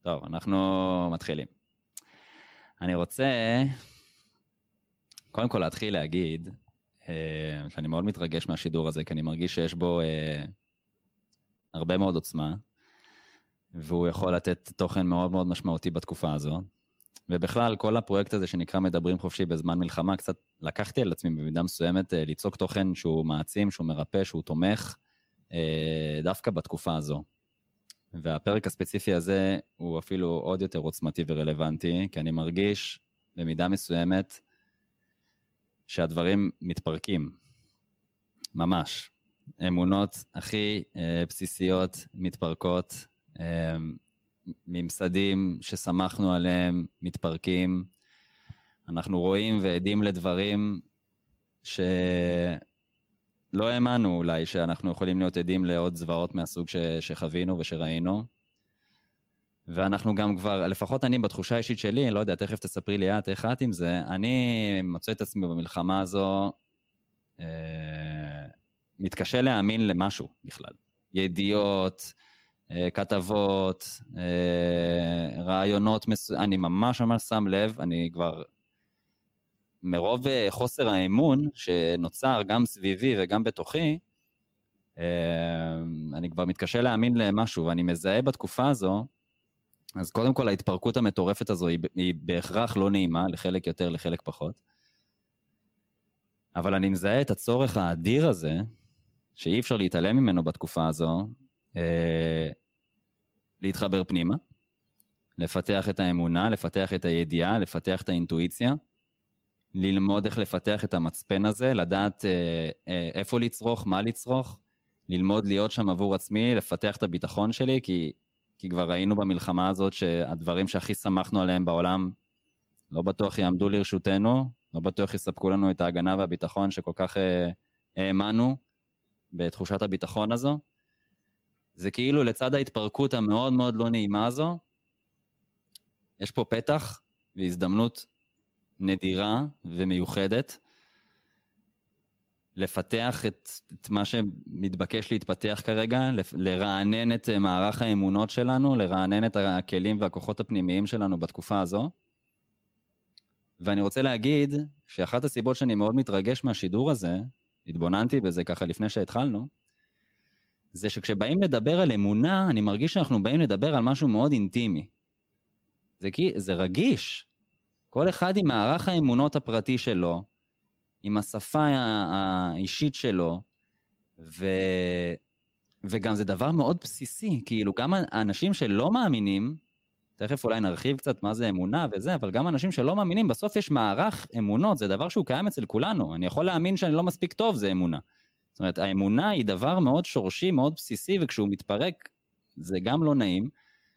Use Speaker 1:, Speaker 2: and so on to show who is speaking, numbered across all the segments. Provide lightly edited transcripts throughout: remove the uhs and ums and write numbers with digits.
Speaker 1: טוב, אנחנו מתחילים. אני רוצה, קודם כל להתחיל להגיד, שאני מאוד מתרגש מהשידור הזה, כי אני מרגיש שיש בו הרבה מאוד עוצמה, והוא יכול לתת תוכן מאוד מאוד משמעותי בתקופה הזו. ובכלל, כל הפרויקט הזה שנקרא מדברים חופשי בזמן מלחמה, קצת לקחתי על עצמי במידה מסוימת ליצוק תוכן שהוא מעצים, שהוא מרפא, שהוא תומך, דווקא בתקופה הזו. והפרק הספציפי הזה הוא אפילו עוד יותר עוצמתי ורלוונטי, כי אני מרגיש במידה מסוימת שהדברים מתפרקים, ממש. אמונות הכי בסיסיות מתפרקות, ממסדים ששמחנו עליהם מתפרקים, אנחנו רואים ועדים לדברים שלא האמנו אולי שאנחנו יכולים להיות עדים לעוד זוועות מהסוג שחווינו ושראינו, ואנחנו גם כבר, לפחות אני בתחושה האישית שלי, לא יודע, תכף תספרי לי איך את עם זה, אני מוצא את עצמי במלחמה הזו, מתקשה להאמין למשהו בכלל. ידיעות, כתבות, רעיונות, אני ממש שם לב, אני כבר, מרוב חוסר האמון שנוצר גם סביבי וגם בתוכי, אני כבר מתקשה להאמין למשהו, ואני מזהה בתקופה הזו, אז קודם כל ההתפרקות המטורפת הזו היא בהכרח לא נעימה, לחלק יותר, לחלק פחות. אבל אני מזהה את הצורך האדיר הזה, שאי אפשר להתעלם ממנו בתקופה הזו, להתחבר פנימה, לפתח את האמונה, לפתח את הידיעה, לפתח את האינטואיציה, ללמוד איך לפתח את המצפן הזה, לדעת איפה לצרוך, מה לצרוך, ללמוד להיות שם עבור עצמי, לפתח את הביטחון שלי, כי כבר ראינו במלחמה הזאת שהדברים שהכי שמחנו עליהם בעולם לא בטוח יעמדו לרשותנו, לא בטוח יספקו לנו את ההגנה והביטחון שכל כך האמנו בתחושת הביטחון הזו. זה כאילו לצד ההתפרקות המאוד מאוד לא נעימה הזו, יש פה פתח והזדמנות נדירה ומיוחדת לפתח את מה שמתבקש להתפתח כרגע, לרענן את מערך האמונות שלנו, לרענן את הכלים והכוחות הפנימיים שלנו בתקופה הזו. ואני רוצה להגיד שאחת הסיבות שאני מאוד מתרגש מהשידור הזה, התבוננתי בזה ככה לפני שהתחלנו, זה שכשבאים לדבר על אמונה, אני מרגיש שאנחנו באים לדבר על משהו מאוד אינטימי. זה רגיש. כל אחד עם מערך האמונות הפרטי שלו, עם השפה האישית שלו, וגם זה דבר מאוד בסיסי, כאילו גם האנשים שלא מאמינים, תכף אולי נרחיב קצת מה זה אמונה וזה, אבל גם אנשים שלא מאמינים, בסוף יש מערך אמונות, זה דבר שהוא קיים אצל כולנו, אני יכול להאמין שאני לא מספיק טוב, זה אמונה. זאת אומרת, האמונה היא דבר מאוד שורשי, מאוד בסיסי, וכשהוא מתפרק, זה גם לא נעים,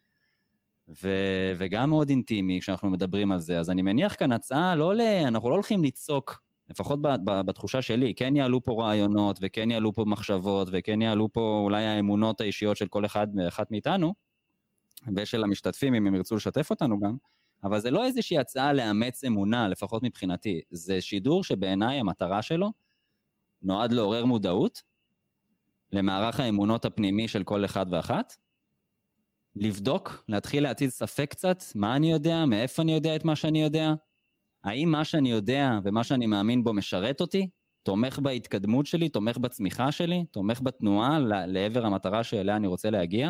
Speaker 1: וגם מאוד אינטימי כשאנחנו מדברים על זה. אז אני מניח כאן הצעה, אנחנו לא הולכים לצעוק, לפחות בתחושה שלי, כן יעלו פה רעיונות, וכן יעלו פה מחשבות, וכן יעלו פה אולי האמונות האישיות של כל אחד ואחת מאיתנו, ושל המשתתפים, אם הם ירצו לשתף אותנו גם, אבל זה לא איזושהי הצעה לאמץ אמונה, לפחות מבחינתי. זה שידור שבעיניי המטרה שלו נועד לעורר מודעות למערך האמונות הפנימי של כל אחד ואחת, לבדוק, להתחיל להציג ספק קצת, מה אני יודע, מאיפה אני יודע את מה שאני יודע, האם מה שאני יודע ומה שאני מאמין בו משרת אותי, תומך בהתקדמות שלי, תומך בצמיחה שלי, תומך בתנועה לעבר המטרה שאליה אני רוצה להגיע,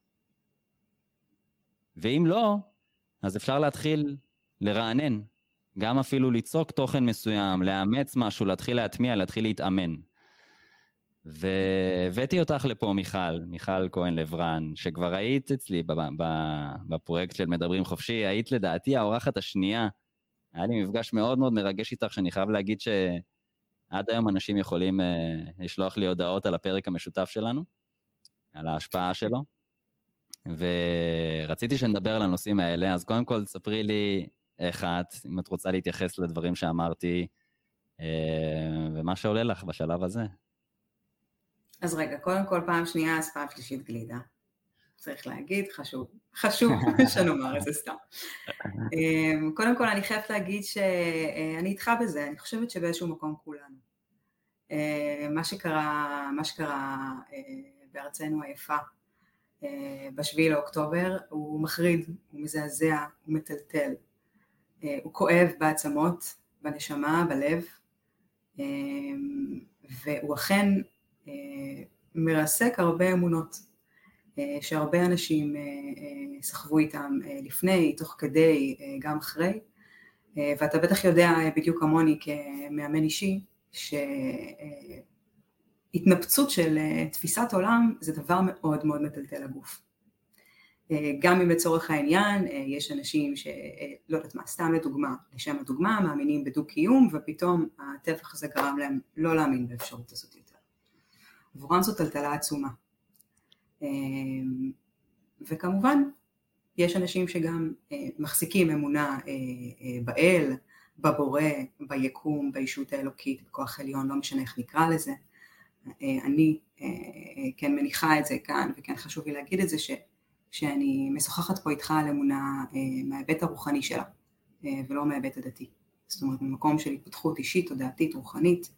Speaker 1: ואם לא, אז אפשר להתחיל לרענן, גם אפילו ליצוק תוכן מסוים, לאמץ משהו, להתחיל להטמיע, להתחיל להתאמן. והבאתי אותך לפה מיכל כהן לברן, שכבר היית אצלי בפרויקט של מדברים חופשי, היית לדעתי האורחת השנייה, היה לי מפגש מאוד מאוד מרגש איתך, שאני חייב להגיד שעד היום אנשים יכולים לשלוח לי הודעות על הפרק המשותף שלנו, על ההשפעה שלו, ורציתי שנדבר על הנושאים האלה, אז קודם כל תספרי לי איך את, אם את רוצה להתייחס לדברים שאמרתי, ומה שעולה לך בשלב הזה.
Speaker 2: אז רגע, קודם כל פעם שנייה, אז פעם שלישית גלידה. צריך להגיד, חשוב שנאמר את זה סתם. קודם כל אני חייבת להגיד שאני איתך בזה, אני חושבת שבאיזשהו מקום כולנו. מה שקרה בארצנו היפה, בשביל לאוקטובר, הוא מחריד, הוא מזעזע, הוא מטלטל, הוא כואב בעצמות, בנשמה, בלב, והוא אכן מרסק הרבה אמונות, שהרבה אנשים סחבו איתם לפני, תוך כדי, גם אחרי, ואתה בטח יודע בדיוק כמוני כמאמן אישי, שהתנפצות של תפיסת עולם זה דבר מאוד מאוד מטלטל לגוף. גם אם לצורך העניין יש אנשים שלא יודעת מה, סתם לדוגמה, לשם הדוגמה, מאמינים בדו-קיום, ופתאום הטבח הזה גרם להם לא להאמין באפשרות הזאת יותר. עבורם זאת טלטלה עצומה. וכמובן, יש אנשים שגם מחזיקים אמונה באל, בבורא, ביקום, בישות האלוקית, בכוח עליון, לא משנה איך נקרא לזה. אני כן מניחה את זה כאן, וכן חשוב לי להגיד את זה, שאני משוחחת פה איתך על אמונה מההיבט הרוחני שלה, ולא מההיבט הדתי. זאת אומרת, במקום של התפתחות אישית, תודעתית, רוחנית.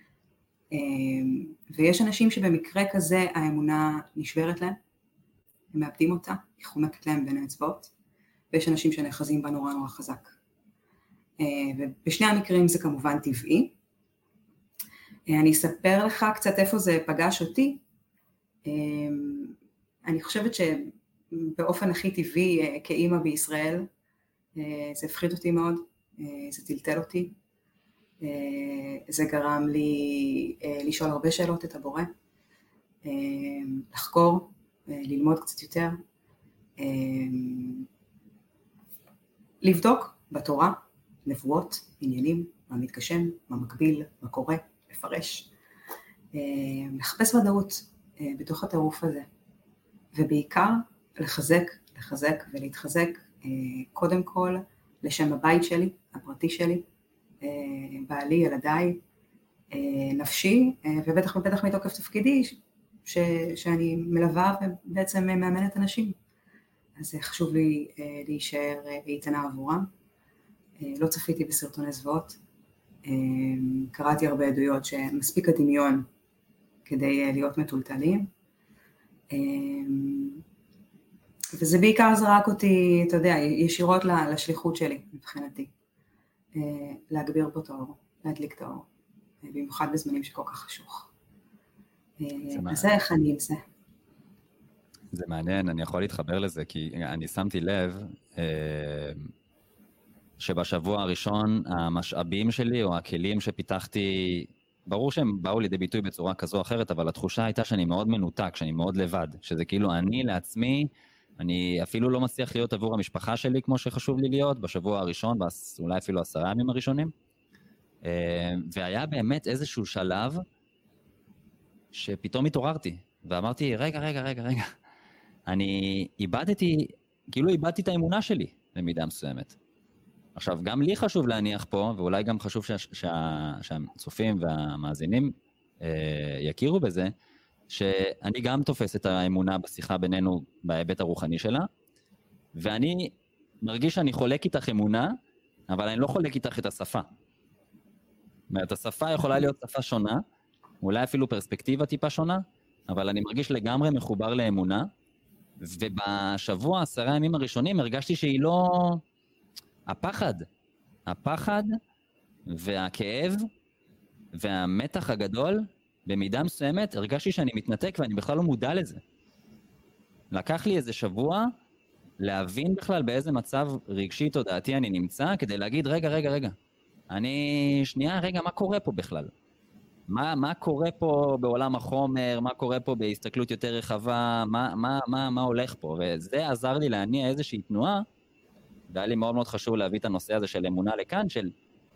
Speaker 2: ויש אנשים שבמקרה כזה האמונה נשברת להם, הם מאבדים אותה, היא חומקת להם בין האצבעות, ויש אנשים שנחזים בה נורא נורא חזק. ובשני המקרים זה כמובן טבעי. אני אספר לך קצת איפה זה פגש אותי. אני חושבת שבאופן הכי טבעי כאימא בישראל, זה הפחיד אותי מאוד, זה טלטל אותי, זה גרם לי לשאול הרבה שאלות את הבורא, לחקור, ללמוד קצת יותר, לבדוק בתורה, נבואות, עניינים, מה מתגשם, מה מקביל, מה קורה, לפרש, לחפש ודאות בתוך הטירוף הזה, ובעיקר לחזק ולהתחזק קודם כל לשם הבית שלי, הפרטי שלי, בעלי, ילדיי, נפשי, ובטח מתוקף תפקידי שאני מלווה ובעצם מאמנת אנשים. אז חשוב לי להישאר איתנה עבורם. לא צפיתי בסרטוני זוועות, קראתי הרבה עדויות שמספיק הדמיון כדי להיות מטולטלים, וזה בעיקר זרק אותי, אתה יודע, ישירות לשליחות שלי מבחינתי, להגביר פה את האור, להדליק את האור, במיוחד בזמנים שכל כך חשוך. אז זה איך אני עם זה.
Speaker 1: זה מעניין, אני יכול להתחבר לזה, כי אני שמתי לב שבשבוע הראשון המשאבים שלי או הכלים שפיתחתי, ברור שהם באו לידי ביטוי בצורה כזו או אחרת, אבל התחושה הייתה שאני מאוד מנותק, שאני מאוד לבד, שזה כאילו אני לעצמי, אני אפילו לא מצליח להיות עבור המשפחה שלי כמו שחשוב לי להיות בשבוע הראשון, ואולי אפילו 10 ימים הראשונים. והיה באמת איזשהו שלב שפתאום התעוררתי, ואמרתי, רגע, אני כאילו איבדתי את האמונה שלי במידה מסוימת. עכשיו, גם לי חשוב להניח פה, ואולי גם חשוב שהצופים והמאזינים יכירו בזה, שאני גם תופס את האמונה בשיחה בינינו בהיבט הרוחני שלה, ואני מרגיש שאני חולק איתך אמונה, אבל אני לא חולק איתך את השפה. זאת אומרת, השפה יכולה להיות שפה שונה, אולי אפילו פרספקטיבה טיפה שונה, אבל אני מרגיש לגמרי מחובר לאמונה, ובשבוע 10 ימים הראשונים הרגשתי שהיא לא... הפחד והכאב והמתח הגדול, במידה מסוימת הרגשתי שאני מתנתק ואני בכלל לא מודע לזה. לקח לי איזה שבוע להבין בכלל באיזה מצב רגשי תודעתי אני נמצא, כדי להגיד רגע, מה קורה פה בכלל? מה קורה פה בעולם החומר, מה קורה פה בהסתכלות יותר רחבה, מה הולך פה? וזה עזר לי להניע איזושהי תנועה, והיה לי מאוד מאוד חשוב להביא את הנושא הזה של אמונה לכאן, של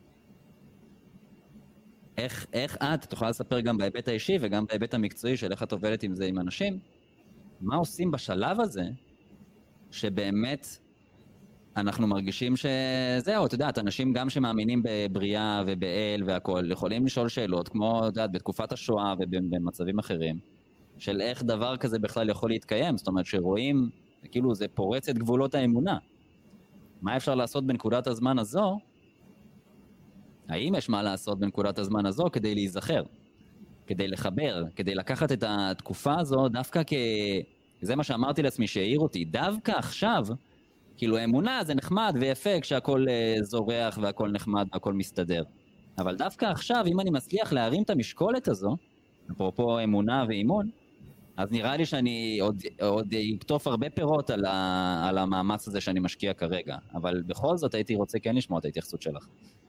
Speaker 1: איך את תוכל לספר גם בהיבט האישי וגם בהיבט המקצועי של איך את עובדת עם זה עם אנשים, מה עושים בשלב הזה, שבאמת אנחנו מרגישים שזהו, אתה יודעת, אנשים גם שמאמינים בבריאה ובאל והכל, יכולים לשאול שאלות, כמו, אתה יודעת, בתקופת השואה ובמצבים אחרים, של איך דבר כזה בכלל יכול להתקיים, זאת אומרת שרואים, כאילו זה פורץ את גבולות האמונה. מה אפשר לעשות בנקודת הזמן הזו? האם יש מה לעשות בנקודת הזמן הזו כדי להיזכר, כדי לחבר, כדי לקחת את התקופה הזו דווקא זה מה שאמרתי לעצמי שהעיר אותי, דווקא עכשיו, כאילו אמונה זה נחמד ויפה כשהכל זורח והכל נחמד והכל מסתדר. אבל דווקא עכשיו, אם אני מצליח להרים את המשקולת הזו, אפרופו אמונה ואימון, אז נראה לי שאני עוד אקטוף הרבה פירות על המאמץ הזה שאני משקיע כרגע. אבל בכל זאת הייתי רוצה כן לשמוע את ההתייחסות שלך.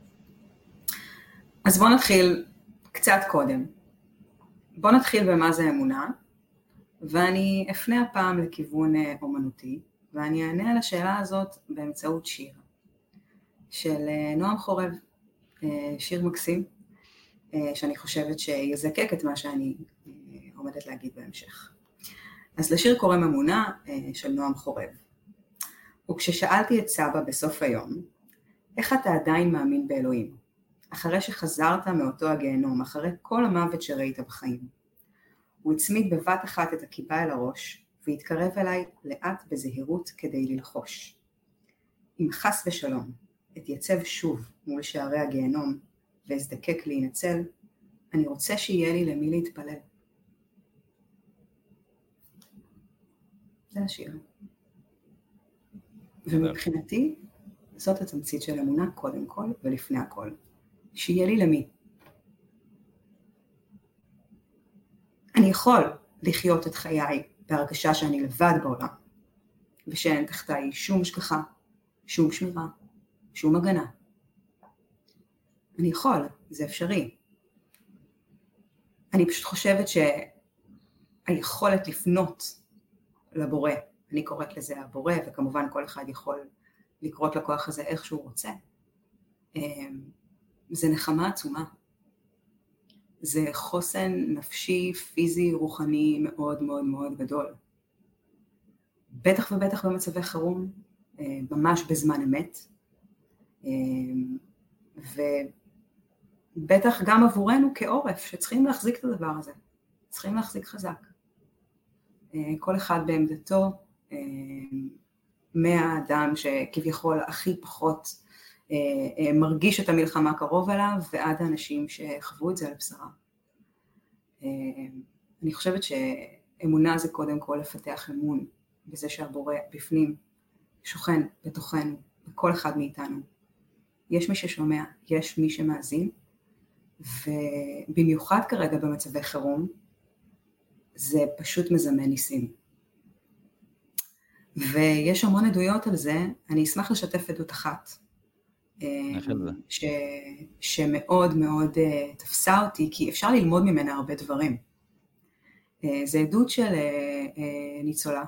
Speaker 2: אז בוא נתחיל קצת קודם. בוא נתחיל במה זה אמונה, ואני אפנה הפעם לכיוון אומנותי, ואני אענה על השאלה הזאת באמצעות שיר, של נועם חורב, שיר מקסים, שאני חושבת שיזקק את מה שאני עומדת להגיד בהמשך. אז לשיר קוראים אמונה של נועם חורב. וכששאלתי את סבא בסוף היום, איך אתה עדיין מאמין באלוהים? אחרי שחזרת מאותו הגיהנום, אחרי כל המוות שראית בחיים. הוא הצמיד בבת אחת את הכיפה אל הראש, והתקרב אליי לאט בזהירות כדי ללחוש. אם חס ושלום, אתייצב שוב מול שערי הגיהנום, ואזדקק להינצל, אני רוצה שיהיה לי למי להתפלל. זה השיר. ומבחינתי, זאת התמצית של אמונה קודם כל ולפני הכל. שיהיה לי למי. אני יכול לחיות את חיי בהרגשה שאני לבד בעולם, ושאין תחתיי שום השגחה, שום שמירה, שום הגנה. אני יכול, זה אפשרי. אני פשוט חושבת שהיכולת לפנות לבורא, אני קוראת לזה הבורא, וכמובן כל אחד יכול לקרות לכוח הזה איך שהוא רוצה, זה נחמה עצומה. זה חוסן נפשי, פיזי, רוחני מאוד מאוד מאוד גדול. בטח ובטח במצבי חירום, ממש בזמן אמת, ובטח גם עבורנו כעורף, שצריכים להחזיק את הדבר הזה, צריכים להחזיק חזק. כל אחד בעמדתו, מהאדם שכביכול הכי פחות מרגיש את המלחמה קרוב אליו, ועד האנשים שחוו את זה על בשרה. אני חושבת שאמונה זה קודם כל לפתח אמון, בזה שהבורא בפנים שוכן בתוכנו, בכל אחד מאיתנו. יש מי ששומע, יש מי שמאזין, ובמיוחד כרגע במצבי חירום, זה פשוט מזמן ניסים. ויש המון עדויות על זה, אני אשמח לשתף עדות אחת, שמאוד מאוד תפסה אותי, כי אפשר ללמוד ממנה הרבה דברים. זה עדות של ניצולה,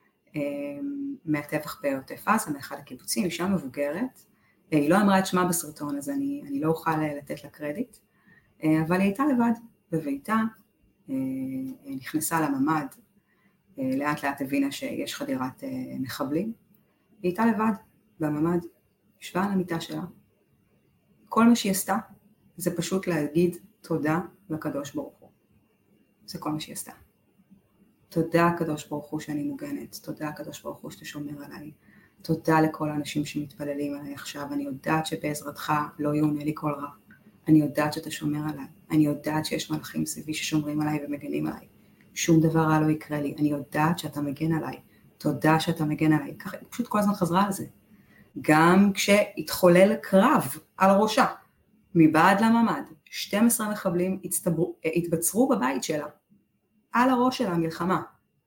Speaker 2: מהטבח בעוטף עזה, מאחד הקיבוצים, אישה מבוגרת, היא לא אמרה את שמה בסרטון, אז אני לא אוכל לתת לה קרדיט, אבל היא הייתה לבד בביתה, נכנסה לממד, לאט לאט הבינה שיש חדירת מחבלים, היא הייתה לבד בממד, ישבה על המיטה שלה, כל מה שהיא עשתה זה פשוט להגיד תודה לקדוש ברוך הוא, זה כל מה שהיא עשתה. תודה הקדוש ברוך הוא שאני מוגנת, תודה הקדוש ברוך הוא שאתה שומר עליי, תודה לכל האנשים שמתפללים עליי עכשיו, אני יודעת שבעזרתך לא יאונה לי כל רע, אני יודעת שאתה שומר עליי, אני יודעת שיש מלאכים סביבי ששומרים עליי ומגנים עליי, שום דבר רע לא יקרה לי, אני יודעת שאתה מגן עליי, תודה שאתה מגן עליי, ככה היא פשוט כל הזמן חזרה על זה. גם כשהתחולל קרב על ראשה, מבעד לממד, 12 מחבלים התבצרו בבית שלה, על הראש שלה מלחמה.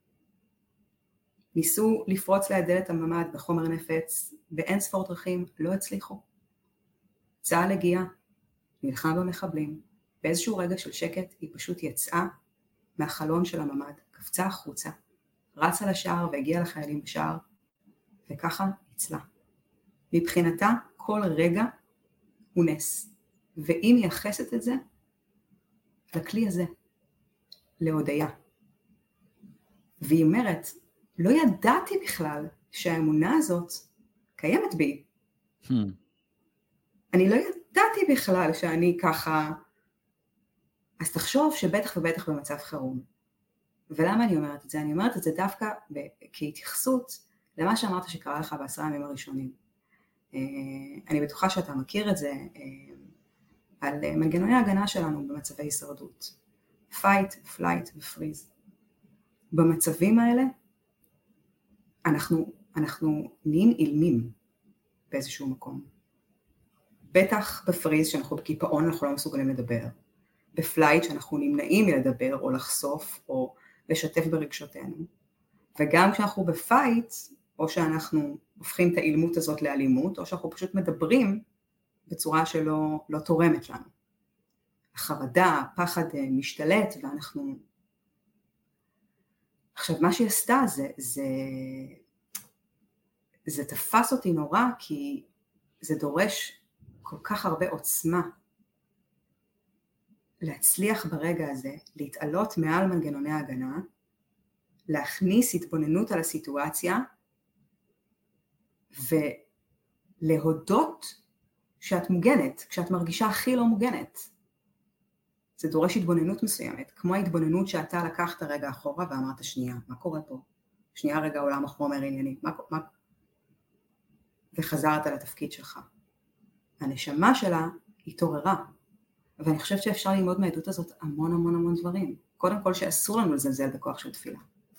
Speaker 2: ניסו לפרוץ לידל את הממד בחומר נפץ, באין ספור דרכים, לא הצליחו. צה"ל הגיע, נלחם במחבלים, באיזשהו רגע של שקט היא פשוט יצאה מהחלון של הממד, קפצה החוצה, רצה לשער והגיעה לחיילים בשער, וככה הצלה. מבחינתה כל רגע הוא נס, ואם מייחסת את זה לכלי הזה, להודיה. והיא אומרת, לא ידעתי בכלל שהאמונה הזאת קיימת בי. אני לא ידעתי בכלל שאני ככה, אז תחשוב שבטח ובטח במצב חירום. ולמה אני אומרת את זה? אני אומרת את זה דווקא כהתייחסות למה שאמרת שקרה לך ב10 הימים הראשונים. אני בטוחה שאתה מכיר את זה על מנגנוני ההגנה שלנו במצבי הישרדות. fight, flight ו-freeze. במצבים האלה אנחנו נהיים אילמים באיזשהו מקום. בטח בפריז שאנחנו בקיפאון, אנחנו לא מסוגלים לדבר. בפלייט שאנחנו נמנעים מלדבר או לחשוף או לשתף ברגשותינו. וגם כשאנחנו בפייט, או שאנחנו הופכים את האילמות הזאת לאלימות, או שאנחנו פשוט מדברים בצורה שלא תורמת לנו. החרדה, הפחד משתלט, ואנחנו... עכשיו, מה שהיא עשתה זה תפס אותי נורא, כי זה דורש כל כך הרבה עוצמה, להצליח ברגע הזה, להתעלות מעל מנגנוני ההגנה, להכניס התבוננות על הסיטואציה, ולהודות שאת מוגנת, כשאת מרגישה הכי לא מוגנת. זה דורש התבוננות מסוימת, כמו ההתבוננות שאתה לקחת רגע אחורה ואמרת שנייה, מה קורה פה? שנייה רגע עולם החומר ענייני, מה? וחזרת לתפקיד שלך. הנשמה שלה התעוררה, ואני חושבת שאפשר ללמוד מהעדות הזאת המון המון המון דברים. קודם כל שאסור לנו לזלזל בכוח של תפילה.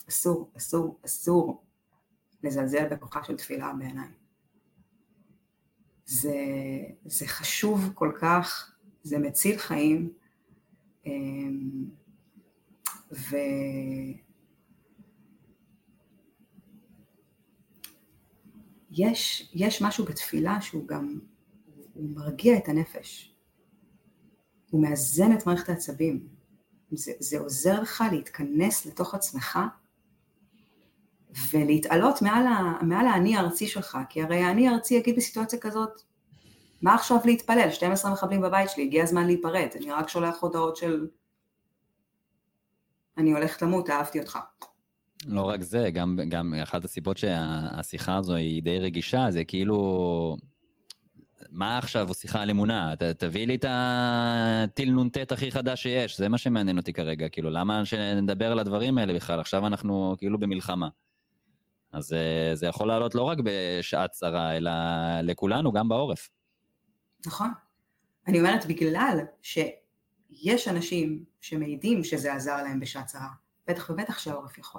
Speaker 2: אסור לזלזל בכוחה של תפילה בעיניי. זה חשוב כל כך, זה מציל חיים, יש משהו בתפילה שהוא גם, הוא מרגיע את הנפש, הוא מאזן את מערכת העצבים, זה עוזר לך להתכנס לתוך עצמך, ולהתעלות מעל האני הארצי שלך, כי הרי האני הארצי יגיד בסיטואציה כזאת, מה עכשיו להתפלל? 12 מחבלים בבית שלי, הגיע הזמן להיפרד, אני רק שולח הודעות של, אני הולכת למות, אהבתי אותך.
Speaker 1: לא רק זה, גם אחת הסיבות שהשיחה הזו היא די רגישה, זה כאילו, מה עכשיו שיחה על אמונה? תביא לי את הטיל נונטט הכי חדש שיש, זה מה שמעניין אותי כרגע, כאילו, למה שנדבר על הדברים האלה בכלל? עכשיו אנחנו כאילו במלחמה. אז זה יכול לעלות לא רק בשעת צרה, אלא לכולנו, גם בעורף.
Speaker 2: נכון. אני אומרת, בגלל שיש אנשים שמעידים שזה עזר להם בשעת צרה, בטח ובטח שהעורף יכול.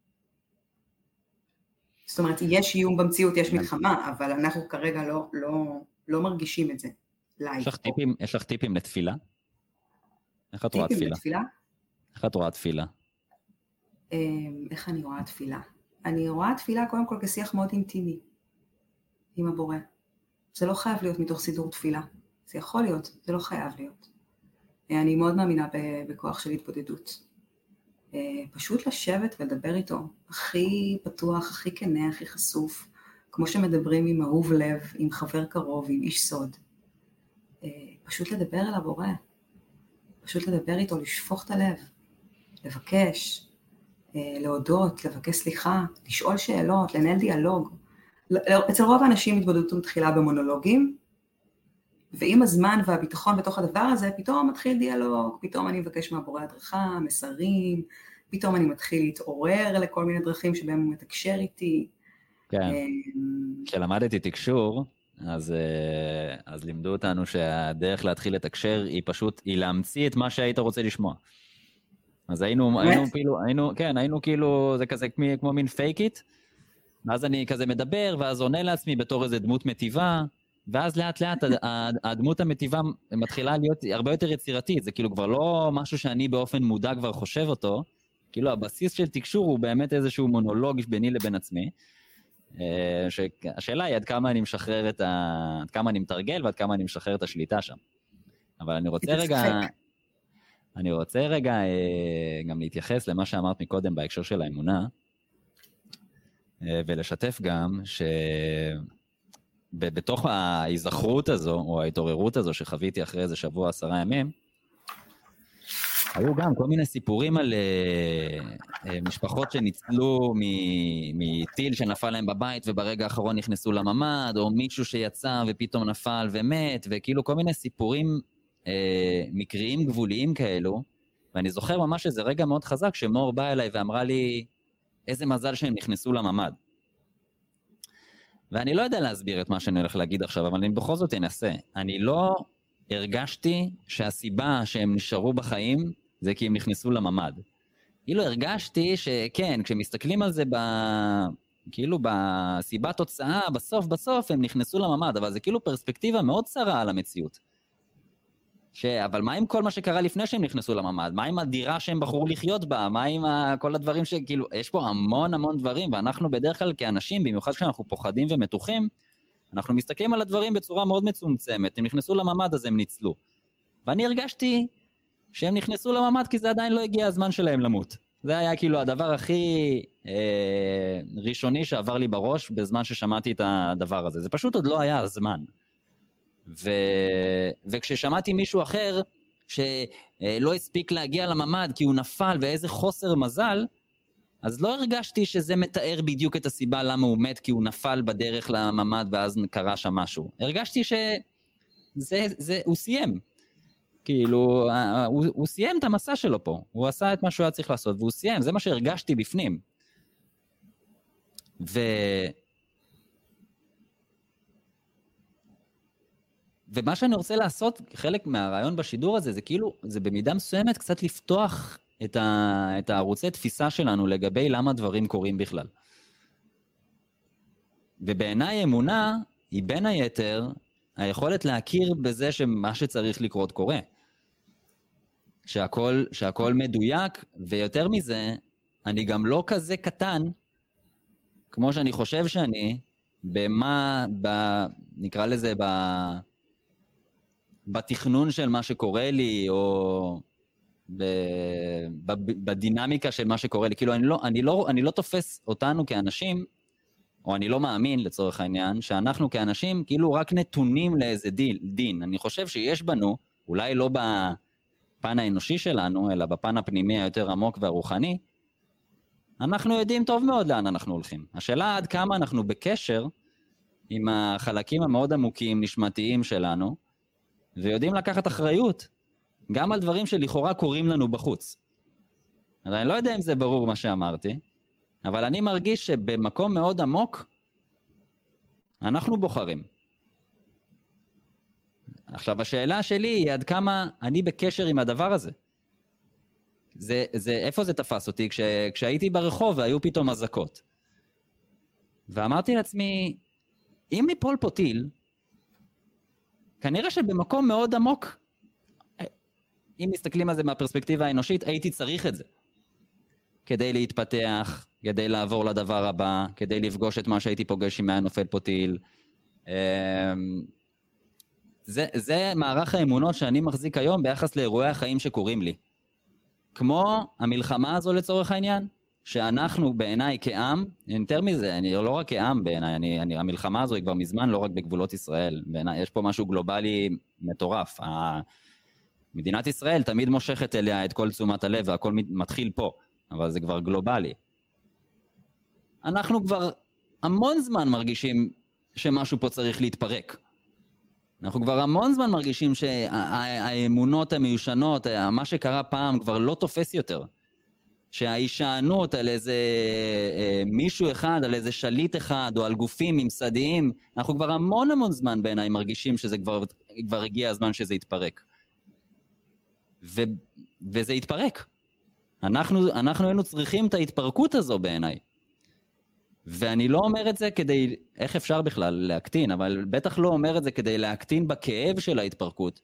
Speaker 2: זאת אומרת, יש איום במציאות, יש מלחמה, אבל אנחנו כרגע לא מרגישים את זה.
Speaker 1: יש לך טיפים לתפילה? איך את רואה תפילה?
Speaker 2: טיפים לתפילה?
Speaker 1: איך את רואה תפילה?
Speaker 2: איך אני רואה תפילה? אני רואה תפילה קודם כל כשיח מאוד אינטימי עם הבורא. זה לא חייב להיות מתוך סידור תפילה. זה יכול להיות, זה לא חייב להיות. אני מאוד מאמינה בכוח של התבודדות. פשוט לשבת ולדבר איתו, הכי פתוח, הכי כנה, הכי חשוף, כמו שמדברים עם אהוב לב, עם חבר קרוב, עם איש סוד. פשוט לדבר אל הבורא, פשוט לדבר איתו, לשפוך את הלב, לבקש, להודות, לבקש סליחה, לשאול שאלות, לנהל דיאלוג. אצל רוב האנשים התבודדות מתחילה במונולוגים, ועם הזמן והביטחון בתוך הדבר הזה, פתאום מתחיל דיאלוג, פתאום אני מבקש מהבורא הדרכה, מסרים, פתאום אני מתחיל להתעורר לכל מיני דרכים שבהם הוא מתקשר איתי.
Speaker 1: כן, כשלמדתי תקשור, אז לימדו אותנו שהדרך להתחיל לתקשר היא פשוט, היא להמציא את מה שהיית רוצה לשמוע. אז היינו כאילו, זה כזה כמו מין fake it, ואז אני כזה מדבר, ואז עונה לעצמי בתור איזה דמות מטיבה, ואז לאט לאט הדמות המטיבה מתחילה להיות הרבה יותר יצירתית, זה כאילו כבר לא משהו שאני באופן מודע כבר חושב אותו, כאילו הבסיס של תקשור הוא באמת איזשהו מונולוג ביני לבין עצמי, שהשאלה היא עד כמה אני משחרר עד כמה אני מתרגל ועד כמה אני משחרר את השליטה שם. אבל אני רוצה רגע גם להתייחס למה שאמרת מקודם בהקשר של האמונה, ולשתף גם שבתוך ההיזכרות הזו, או ההתעוררות הזו שחוויתי אחרי איזה שבוע 10 ימים, היו גם כל מיני סיפורים על משפחות שניצלו מטיל שנפל להם בבית וברגע האחרון נכנסו לממד, או מישהו שיצא ופתאום נפל ומת, וכאילו כל מיני סיפורים מקריים גבוליים כאלו, ואני זוכר ממש איזה רגע מאוד חזק שמור באה אליי ואמרה לי, איזה מזל שהם נכנסו לממד. ואני לא יודע להסביר את מה שאני הולך להגיד עכשיו, אבל אני בכל זאת אנסה. אני לא הרגשתי שהסיבה שהם נשארו בחיים, זה כי הם נכנסו לממד. כאילו הרגשתי שכן, כשמסתכלים על זה כאילו בסיבת תוצאה, בסוף הם נכנסו לממד, אבל זה כאילו פרספקטיבה מאוד צרה על המציאות. אבל מה עם כל מה שקרה לפני שהם נכנסו לממד? מה עם הדירה שהם בחרו לחיות בה? מה עם כל הדברים שכאילו, יש פה המון דברים, ואנחנו בדרך כלל כאנשים, במיוחד כשאנחנו פוחדים ומתוחים, אנחנו מסתכלים על הדברים בצורה מאוד מצומצמת. הם נכנסו לממד, אז הם ניצלו. ואני הרגשתי שהם נכנסו לממד, כי זה עדיין לא הגיע הזמן שלהם למות. זה היה כאילו הדבר הכי ראשוני שעבר לי בראש, בזמן ששמעתי את הדבר הזה. זה פשוט עוד לא היה הזמן. וכששמעתי מישהו אחר, שלא הספיק להגיע לממד, כי הוא נפל, ואיזה חוסר מזל, אז לא הרגשתי שזה מתאר בדיוק את הסיבה למה הוא מת, כי הוא נפל בדרך לממד, ואז קרה שם משהו. הרגשתי שהוא סיים. כאילו, הוא סיים את המסע שלו פה. הוא עשה את מה שהוא היה צריך לעשות, והוא סיים. זה מה שהרגשתי בפנים. ומה שאני רוצה לעשות, חלק מהרעיון בשידור הזה, זה כאילו, זה במידה מסוימת קצת לפתוח את הערוצי תפיסה שלנו לגבי למה דברים קורים בכלל. ובעיניי אמונה היא בין היתר היכולת להכיר בזה שמה שצריך לקרות קורה. שהכל מדויק, ויותר מזה, אני גם לא כזה קטן, כמו שאני חושב שאני, נקרא לזה, בתכנון של מה שקורה לי, או בדינמיקה של מה שקורה לי. כאילו, אני לא תופס אותנו כאנשים, או אני לא מאמין לצורך העניין, שאנחנו כאנשים כאילו רק נתונים לאיזה דין. אני חושב שיש בנו, אולי לא בפן האנושי שלנו, אלא בפן הפנימי היותר עמוק והרוחני, אנחנו יודעים טוב מאוד לאן אנחנו הולכים. השאלה עד כמה אנחנו בקשר עם החלקים המאוד עמוקים, נשמתיים שלנו, ויודעים לקחת אחריות, גם על דברים שלכאורה קורים לנו בחוץ. אז אני לא יודע אם זה ברור מה שאמרתי, אבל אני מרגיש שבמקום מאוד עמוק, אנחנו בוחרים. עכשיו, השאלה שלי היא עד כמה אני בקשר עם הדבר הזה. איפה זה תפס אותי? כשהייתי ברחוב והיו פתאום אזעקות. ואמרתי לעצמי, אם ניפול פה טיל, כנראה שבמקום מאוד עמוק, אם מסתכלים על זה מהפרספקטיבה האנושית, הייתי צריך את זה. כדי להתפתח, כדי לעבור לדבר הבא, כדי לפגוש את מה שהייתי פוגש אם היה נופל פה טיל. זה מערך האמונות שאני מחזיק היום ביחס לאירועי החיים שקורים לי. כמו המלחמה הזו לצורך העניין, שאנחנו בעיניי כעם, יותר מזה, אני לא רק כעם בעיניי, המלחמה הזו היא כבר מזמן לא רק בגבולות ישראל, בעיניי יש פה משהו גלובלי מטורף. מדינת ישראל תמיד מושכת אליה את כל תשומת הלב, והכל מתחיל פה, אבל זה כבר גלובלי. אנחנו כבר המון זמן מרגישים שמשהו פה צריך להתפרק. אנחנו כבר המון זמן מרגישים שהאמונות המיושנות, מה שקרה פעם כבר לא תופס יותר. שההישענות על איזה מישהו אחד, על איזה שליט אחד, או על גופים ממסדיים, אנחנו כבר המון זמן בעיניי מרגישים שזה כבר הגיע הזמן שזה יתפרק. וזה יתפרק. אנחנו היינו צריכים את ההתפרקות הזו בעיניי. ואני לא אומר את זה כדי, איך אפשר בכלל להקטין, אבל בטח לא אומר את זה כדי להקטין בכאב של ההתפרקות.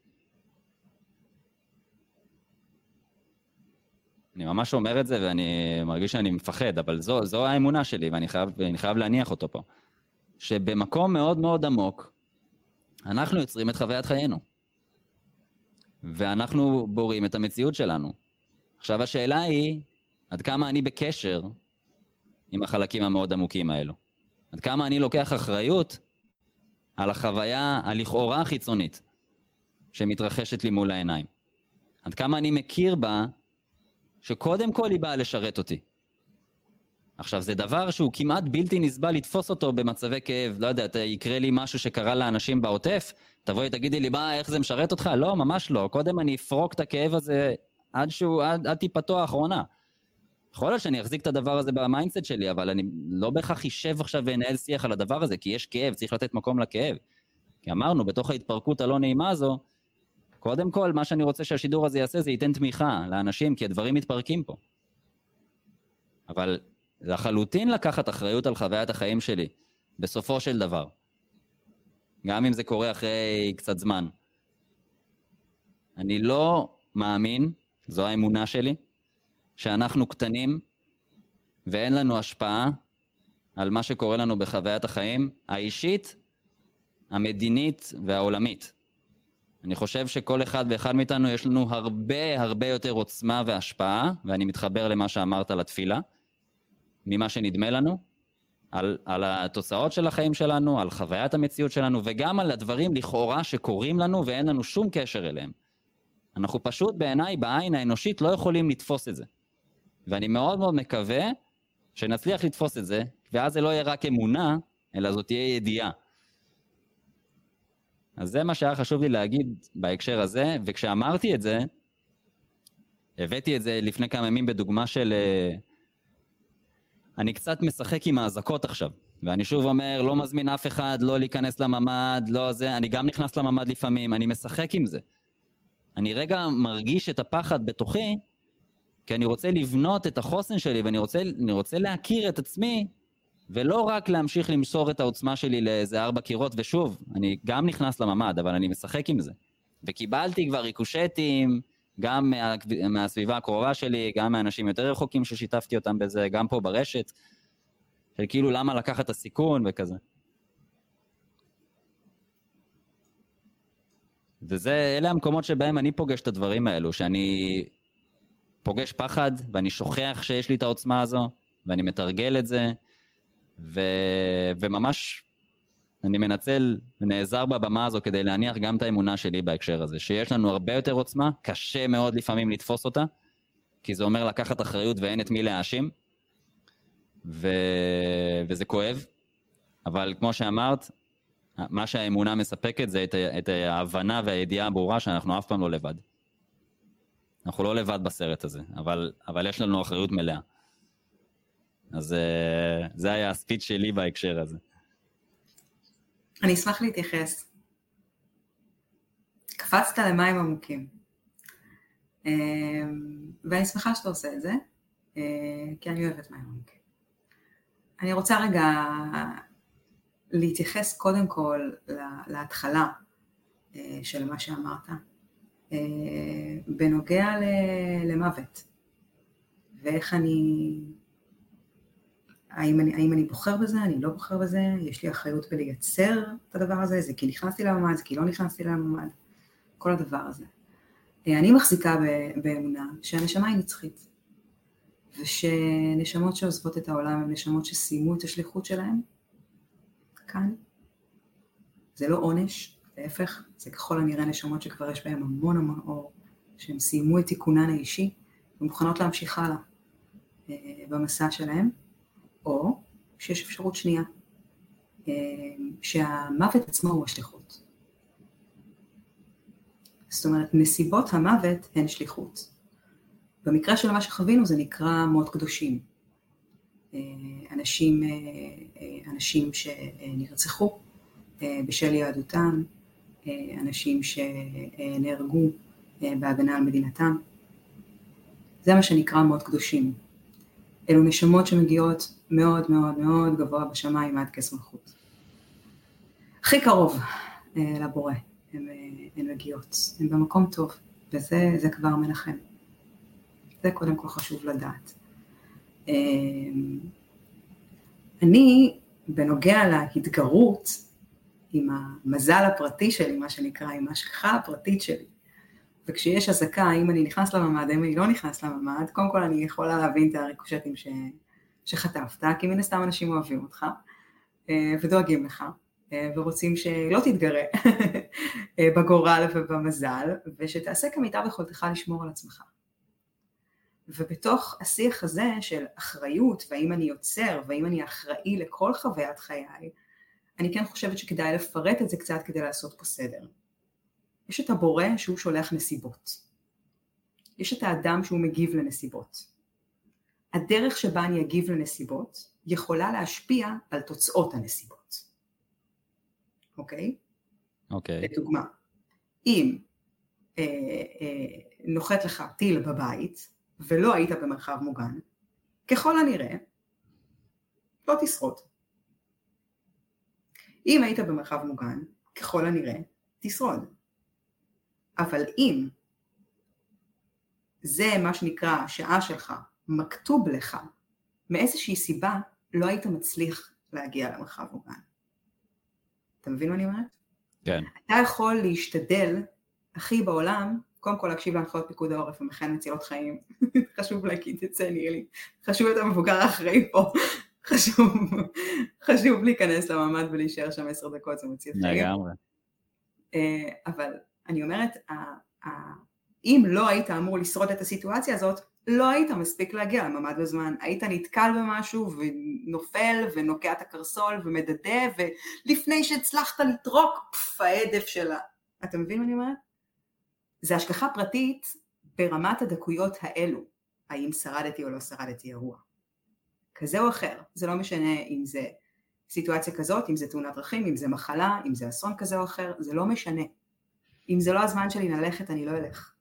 Speaker 1: אני ממש אומר את זה ואני מרגיש שאני מפחד, אבל זו האמונה שלי ואני חייב להניח אותו פה. שבמקום מאוד מאוד עמוק, אנחנו יוצרים את חוויית חיינו. ואנחנו בורים את המציאות שלנו. עכשיו השאלה היא, עד כמה אני בקשר עם החלקים המאוד עמוקים האלו? עד כמה אני לוקח אחריות על החוויה הלכאורה חיצונית שמתרחשת לי מול העיניים? עד כמה אני מכיר בה שקודם כל היא באה לשרת אותי? עכשיו זה דבר שהוא כמעט בלתי נסבל לתפוס אותו במצבי כאב, לא יודע, יקרה לי משהו שקרה לאנשים בעוטף, תבואי תגידי לי, איך זה משרת אותך? לא, ממש לא, קודם אני אפרוק את הכאב הזה עד טיפתו האחרונה. יכול להיות שאני אחזיק את הדבר הזה במיינדסט שלי, אבל אני לא בהכרח יישב עכשיו ונהל שיח על הדבר הזה, כי יש כאב, צריך לתת מקום לכאב. כי אמרנו, בתוך ההתפרקות הלא נעימה הזו, קודם כל, מה שאני רוצה שהשידור הזה יעשה, זה ייתן תמיכה לאנשים, כי הדברים מתפרקים פה. אבל לחלוטין לקחת אחריות על חוויית החיים שלי, בסופו של דבר. גם אם זה קורה אחרי קצת זמן. אני לא מאמין, זו האמונה שלי, שאנחנו קטנים ואין לנו השפעה על מה שקורה לנו בחוויית החיים, האישית, המדינית והעולמית. אני חושב שכל אחד ואחד מאיתנו יש לנו הרבה יותר עוצמה והשפעה, ואני מתחבר למה שאמרת על התפילה, ממה שנדמה לנו, על התוצאות של החיים שלנו, על חוויית המציאות שלנו, וגם על הדברים לכאורה שקורים לנו ואין לנו שום קשר אליהם. אנחנו פשוט בעיניי, בעין האנושית, לא יכולים לתפוס את זה. ואני מאוד מאוד מקווה שנצליח לתפוס את זה, ואז זה לא יהיה רק אמונה, אלא זאת תהיה ידיעה. אז זה מה שהיה חשוב לי להגיד בהקשר הזה, וכשאמרתי את זה, הבאתי את זה לפני כמה ימים בדוגמה של... אני קצת משחק עם האזעקות עכשיו, ואני שוב אומר, לא מזמין אף אחד, לא להיכנס לממד, לא זה, אני גם נכנס לממד לפעמים, אני משחק עם זה. אני רגע מרגיש את הפחד בתוכי, כי אני רוצה לבנות את החוסן שלי, ואני רוצה להכיר את עצמי, ולא רק להמשיך למסור את העוצמה שלי לאיזה 4 קירות, ושוב, אני גם נכנס לממד, אבל אני משחק עם זה. וקיבלתי כבר ריקושטים, גם מהסביבה הקרובה שלי, גם מאנשים יותר רחוקים ששיתפתי אותם בזה, גם פה ברשת, של כאילו למה לקחת את הסיכון וכזה. אלה המקומות שבהם אני פוגש את הדברים האלו, שאני פוגש פחד, ואני שוכח שיש לי את העוצמה הזו, ואני מתרגל את זה, וממש אני מנצל ונעזר בבמה הזו כדי להניח גם את האמונה שלי בהקשר הזה, שיש לנו הרבה יותר עוצמה, קשה מאוד לפעמים לתפוס אותה, כי זה אומר לקחת אחריות ואין את מי להאשים, וזה כואב, אבל כמו שאמרת, מה שהאמונה מספקת זה את ההבנה והידיעה הברורה שאנחנו אף פעם לא לבד. אנחנו לא לבד בסרט הזה, אבל יש לנו אחריות מלאה. אז זה היה הספיץ' שלי בהקשר הזה.
Speaker 2: אני אשמח להתייחס. קפצת למים עמוקים. ואני שמחה שאתה עושה את זה, כי אני אוהבת מים עמוקים. אני רוצה רגע להתייחס קודם כל להתחלה של מה שאמרת, בנוגע למוות. ואיך האם אני בוחר בזה, אני לא בוחר בזה, יש לי אחריות בלייצר את הדבר הזה, זה כי נכנסתי לממד, זה כי לא נכנסתי לממד, כל הדבר הזה. אני מחזיקה באמונה שהנשמה היא נצחית, ושנשמות שעוזבות את העולם הן נשמות שסיימו את השליחות שלהן, כאן. זה לא עונש, להפך, זה ככל הנראה נשמות שכבר יש בהן המון אור, שהן סיימו את תיקונן האישי, ומוכנות להמשיך הלאה במסע שלהן, או שיש אפשרות שנייה, שהמוות עצמו הוא השליחות. זאת אומרת, נסיבות המוות הן שליחות. במקרה של מה שחווינו זה נקרא מות קדושים. אנשים שנרצחו בשל יהדותם, אנשים שנהרגו בהגנה על מדינתם. זה מה שנקרא מות קדושים. אלו נשמות שמגיעות מאוד מאוד מאוד גבוה בשמיים עד כס מלכות. הכי קרוב לבורא הן מגיעות, הן במקום טוב, וזה כבר מנחם. זה קודם כל חשוב לדעת. אני, בנוגע להתגרות עם המזל הפרטי שלי, מה שנקרא, עם ההשגחה הפרטית שלי, וכשיש הזקה, האם אני נכנס לממד, האם אני לא נכנס לממד, קודם כל אני יכולה להבין את הריקושטים שחטפת, כי מן הסתם אנשים אוהבים אותך, ודואגים לך, ורוצים שלא תתגרה בגורל ובמזל, ושתעשה כמיטב יכולתך לשמור על עצמך. ובתוך השיח הזה של אחריות, והאם אני יוצר, והאם אני אחראי לכל חוויית חיי, אני כן חושבת שכדאי לפרט את זה קצת כדי לעשות פה סדר. יש את הבורא שהוא שולח נסיבות. יש את האדם שהוא מגיב לנסיבות. הדרך שבה אני אגיב לנסיבות יכולה להשפיע על תוצאות הנסיבות. אוקיי?
Speaker 1: אוקיי.
Speaker 2: לדוגמה, אם נוחת לך טיל בבית ולא היית במרחב מוגן, ככל הנראה לא תשרוד. אם היית במרחב מוגן, ככל הנראה, תשרוד. אבל אם זה מה שנקרא השעה שלך, מכתוב לך, מאיזושהי סיבה לא היית מצליח להגיע למרחב מוגן. אתה מבין מה אני אומרת?
Speaker 1: כן.
Speaker 2: אתה יכול להשתדל, הכי בעולם, קודם כל להקשיב להנחיות פיקוד העורף, ומכן מצילות חיים. חשוב להגיד את זה, נראה לי. חשוב את המבוגר האחראי פה. חשוב להיכנס למעמד ולהישאר שם 10 דקות, זה מציל חיים.
Speaker 1: לגמרי.
Speaker 2: אבל אני אומרת, אם לא היית אמור לשרוד את הסיטואציה הזאת, לא היית מספיק להגיע לממד בזמן, היית נתקל במשהו ונופל ונוקע את הקרסול ומדדה, ולפני שהצלחת לטרוק, העדף שלה. אתה מבין מה אני אומרת? זה השגחה פרטית ברמת הדקויות האלו, האם שרדתי או לא שרדתי אירוע. כזה או אחר, זה לא משנה אם זה סיטואציה כזאת, אם זה תאונת דרכים, אם זה מחלה, אם זה אסון כזה או אחר, זה לא משנה. אם זה לא הזמן שלי ללכת, אני לא אלך.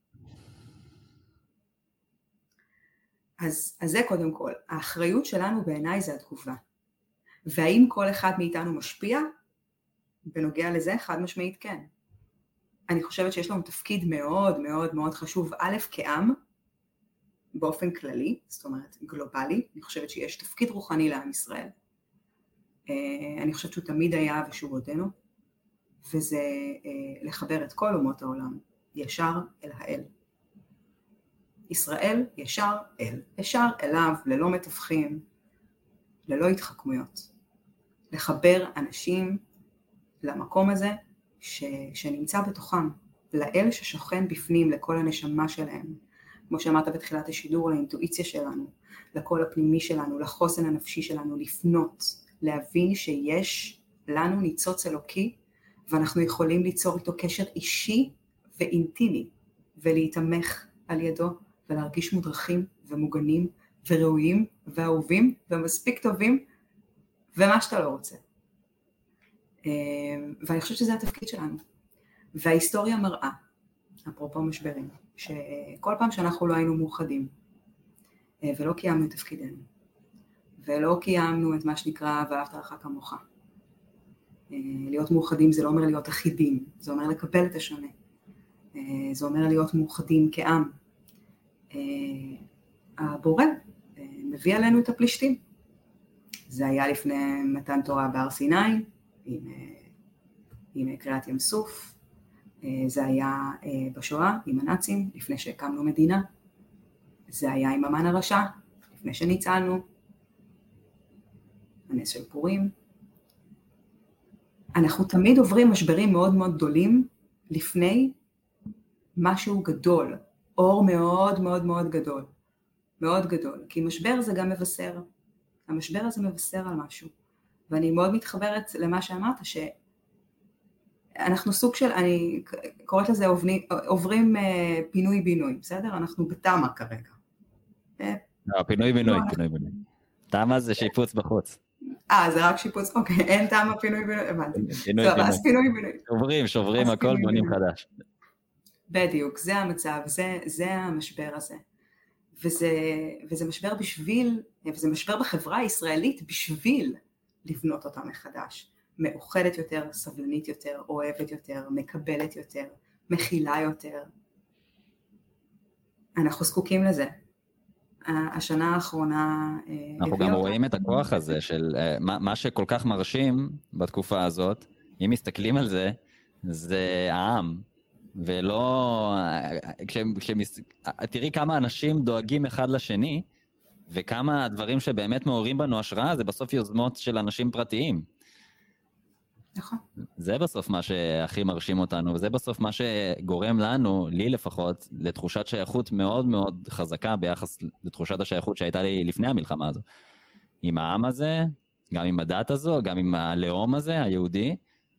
Speaker 2: אז זה קודם כל, האחריות שלנו בעיניי זה התגובה. והאם כל אחד מאיתנו משפיע? בנוגע לזה, חד משמעית כן. אני חושבת שיש לנו תפקיד מאוד מאוד מאוד חשוב, א' כעם, באופן כללי, זאת אומרת גלובלי, אני חושבת שיש תפקיד רוחני לעם ישראל. אני חושבת שהוא תמיד היה ושהוא עודנו, וזה לחבר את כל אומות העולם, ישר אל האל. ישראל ישר אל, ישר אליו, ללא מתווכים, ללא התחכמויות. לחבר אנשים למקום הזה שנמצא בתוכם, לאל ששוכן בפנים, לכל הנשמה שלהם, כמו שאמרת בתחילת השידור, לאינטואיציה שלנו, לקול הפנימי שלנו, לחוסן הנפשי שלנו, לפנות, להבין שיש לנו ניצוץ אלוקי, ואנחנו יכולים ליצור איתו קשר אישי ואינטימי, ולהתאמך על ידו, ולהרגיש מודרכים ומוגנים, וראויים ואהובים, ומספיק טובים, ומה שאתה לא רוצה. ואני חושבת שזה התפקיד שלנו. וההיסטוריה מראה, אפרופו משברים, שכל פעם שאנחנו לא היינו מאוחדים, ולא קיימנו את תפקידנו, ולא קיימנו את מה שנקרא ואהבת לרעך כמוך. להיות מאוחדים זה לא אומר להיות אחידים, זה אומר לקבל את השונה. זה אומר להיות מאוחדים כעם. הבורא מביא עלינו את הפלישתים. זה היה לפני מתן תורה בהר סיני, עם קריאת ים סוף. זה היה בשואה עם הנאצים, לפני שהקמנו מדינה. זה היה עם המן הרשע, לפני שניצלנו. הנס של פורים. אנחנו תמיד עוברים משברים מאוד מאוד גדולים, לפני משהו גדול, אור מאוד מאוד מאוד גדול, מאוד גדול, כי משבר זה גם מבשר, המשבר הזה מבשר על משהו, ואני מאוד מתחברת למה שאמרת, שאנחנו סוג של, אני קוראת לזה עוברים פינוי בינוי, בסדר? אנחנו בתמה כרגע.
Speaker 1: לא, פינוי בינוי, פינוי בינוי. תמה זה שיפוץ בחוץ.
Speaker 2: זה רק שיפוץ, אוקיי, אין תמה פינוי בינוי, הבנתי. אז פינוי בינוי.
Speaker 1: שוברים הכל, בונים חדש.
Speaker 2: בדיוק, זה המצב, זה המשבר הזה. וזה משבר בשביל, וזה משבר בחברה הישראלית בשביל לבנות אותה מחדש. מאוחדת יותר, סבלנית יותר, אוהבת יותר, מקבלת יותר, מכילה יותר. אנחנו זקוקים לזה. השנה האחרונה...
Speaker 1: אנחנו גם רואים את הכוח הזה של מה שכל כך מרשים בתקופה הזאת, אם מסתכלים על זה, זה העם. ולא... תראי כמה אנשים דואגים אחד לשני, וכמה הדברים שבאמת מעוררים בנו השראה, זה בסוף יוזמות של אנשים פרטיים.
Speaker 2: נכון.
Speaker 1: זה בסוף מה שהכי מרשים אותנו, וזה בסוף מה שגורם לנו, לי לפחות, לתחושת שייכות מאוד מאוד חזקה ביחס לתחושת השייכות שהייתה לי לפני המלחמה הזו. עם העם הזה, גם עם הדת הזו, גם עם הלאום הזה, היהודי,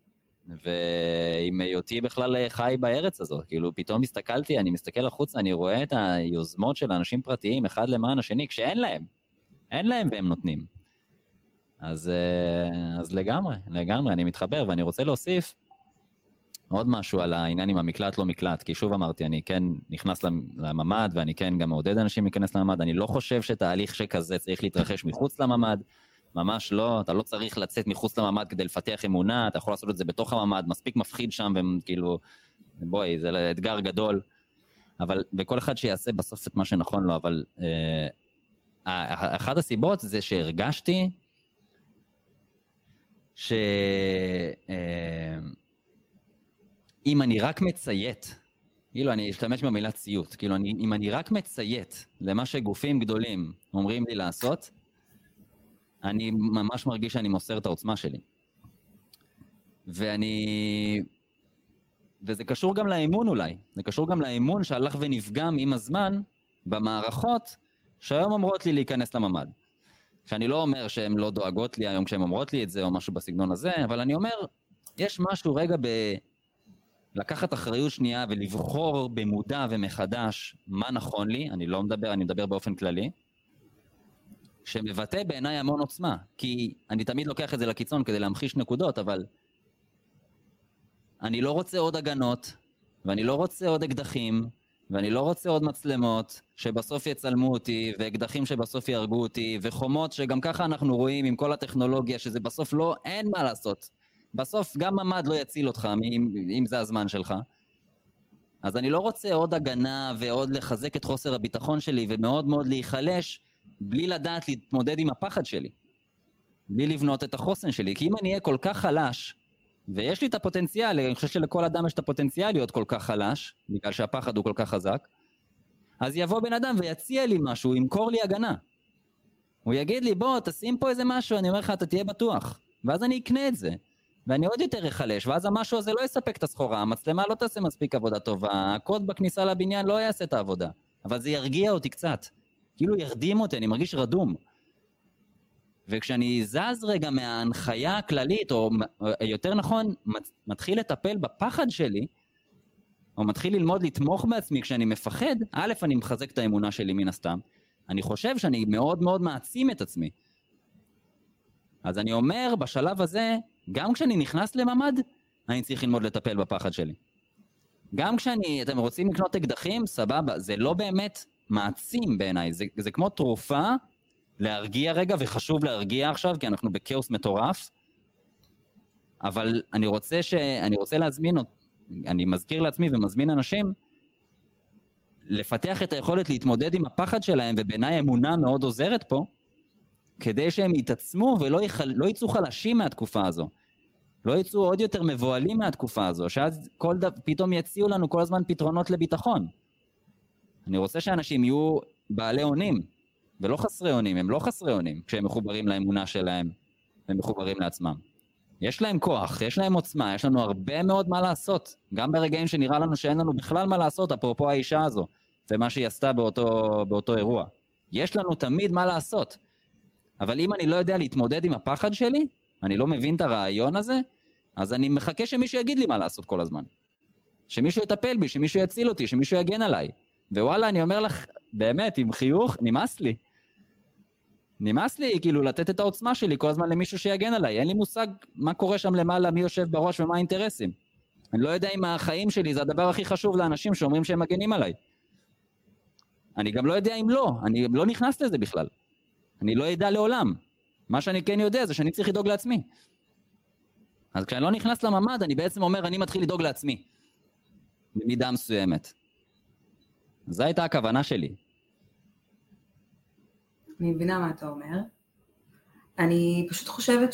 Speaker 1: ועם היותי בכלל חי בארץ הזו. כאילו פתאום הסתכלתי, אני מסתכל החוץ, אני רואה את היוזמות של אנשים פרטיים, אחד למען השני, כשאין להם. אין להם והם נותנים. אז לגמרי, אני מתחבר, ואני רוצה להוסיף עוד משהו על העניין עם המקלט לא מקלט, כי שוב אמרתי, אני כן נכנס לממד, ואני כן גם מעודד אנשים להיכנס לממד, אני לא חושב שתהליך שכזה צריך להתרחש מחוץ לממד, ממש לא, אתה לא צריך לצאת מחוץ לממד כדי לפתח אמונה, אתה יכול לעשות את זה בתוך הממד, מספיק מפחיד שם, וכאילו, בואי, זה אתגר גדול, אבל, וכל אחד שיעשה בסוף את מה שנכון לו, אבל אחת הסיבות זה שהרגשתי שאם אני רק מציית, כאילו אני אשתמש במילה ציות, כאילו אם אני רק מציית למה שגופים גדולים אומרים לי לעשות, אני ממש מרגיש שאני מוסר את העוצמה שלי. וזה קשור גם לאמון אולי, זה קשור גם לאמון שהלך ונפגם עם הזמן במערכות שהיום אומרות לי להיכנס לממד. שאני לא אומר שהן לא דואגות לי היום כשהן אומרות לי את זה או משהו בסגנון הזה, אבל אני אומר, יש משהו רגע לקחת אחריות שנייה ולבחור במודע ומחדש מה נכון לי, אני מדבר באופן כללי, שמבטא בעיניי המון עוצמה, כי אני תמיד לוקח את זה לקיצון כדי להמחיש נקודות, אבל אני לא רוצה עוד הגנות, ואני לא רוצה עוד אקדחים, ואני לא רוצה עוד מצלמות שבסוף יצלמו אותי, ואקדחים שבסוף יהרגו אותי, וחומות שגם ככה אנחנו רואים עם כל הטכנולוגיה, שזה בסוף לא, אין מה לעשות. בסוף גם ממד לא יציל אותך, אם זה הזמן שלך. אז אני לא רוצה עוד הגנה ועוד לחזק את חוסר הביטחון שלי, ומאוד מאוד להיחלש, בלי לדעת להתמודד עם הפחד שלי. בלי לבנות את החוסן שלי. כי אם אני אהיה כל כך חלש, ויש לי את הפוטנציאל, אני חושב שלכל אדם יש את הפוטנציאל להיות כל כך חלש, בגלל שהפחד הוא כל כך חזק, אז יבוא בן אדם ויציע לי משהו, ימכור לי הגנה. הוא יגיד לי, בוא, תשים פה איזה משהו, אני אומר לך, אתה תהיה בטוח. ואז אני אקנה את זה. ואני עוד יותר אחלש, ואז המשהו הזה לא יספק את הסחורה, המצלמה לא תעשה מספיק עבודה טובה, הקוד בכניסה לבניין לא יעשה את העבודה, אבל זה ירגיע אותי קצת. כאילו ירדים אותי, אני מרגיש רדום. וכשאני זז רגע מההנחיה הכללית, או יותר נכון, מתחיל לטפל בפחד שלי, או מתחיל ללמוד לתמוך בעצמי כשאני מפחד, א', אני מחזק את האמונה שלי מן הסתם, אני חושב שאני מאוד מאוד מעצים את עצמי. אז אני אומר, בשלב הזה, גם כשאני נכנס לממד, אני צריך ללמוד לטפל בפחד שלי. גם אתם רוצים לקנות אקדחים, סבבה, זה לא באמת מעצים בעיניי, זה כמו תרופה, להרגיע רגע, וחשוב להרגיע עכשיו, כי אנחנו בקאוס מטורף, אבל אני רוצה להזמין, אני מזכיר לעצמי ומזמין אנשים, לפתח את היכולת להתמודד עם הפחד שלהם, ובעיניי אמונה מאוד עוזרת פה, כדי שהם יתעצמו ולא יצאו חלשים מהתקופה הזו, לא יצאו עוד יותר מבועלים מהתקופה הזו, שאז פתאום יציעו לנו כל הזמן פתרונות לביטחון. אני רוצה שאנשים יהיו בעלי אונים, ולא חסרי אונים, הם לא חסרי אונים, כשהם מחוברים לאמונה שלהם, הם מחוברים לעצמם. יש להם כוח, יש להם עוצמה, יש לנו הרבה מאוד מה לעשות, גם ברגעים שנראה לנו שאין לנו בכלל מה לעשות, אפרופו האישה הזו, ומה שהיא עשתה באותו אירוע. יש לנו תמיד מה לעשות, אבל אם אני לא יודע להתמודד עם הפחד שלי, אני לא מבין את הרעיון הזה, אז אני מחכה שמישהו יגיד לי מה לעשות כל הזמן. שמישהו יטפל בי, שמישהו יציל אותי, שמישהו יגן עליי. ווואלה, אני אומר לך, באמת, עם חיוך, נמאס לי. נמאס לי כאילו לתת את העוצמה שלי כל הזמן למישהו שיגן עליי. אין לי מושג מה קורה שם למעלה, מי יושב בראש ומה האינטרסים. אני לא יודע אם החיים שלי זה הדבר הכי חשוב לאנשים שאומרים שהם מגנים עליי. אני גם לא יודע אם לא, אני לא נכנס לזה בכלל. אני לא ידע לעולם. מה שאני כן יודע זה שאני צריך לדאוג לעצמי. אז כשאני לא נכנס לממד, אני בעצם אומר, אני מתחיל לדאוג לעצמי. במידה מסוימת. זו הייתה הכוונה שלי.
Speaker 2: אני מבינה מה אתה אומר. אני פשוט חושבת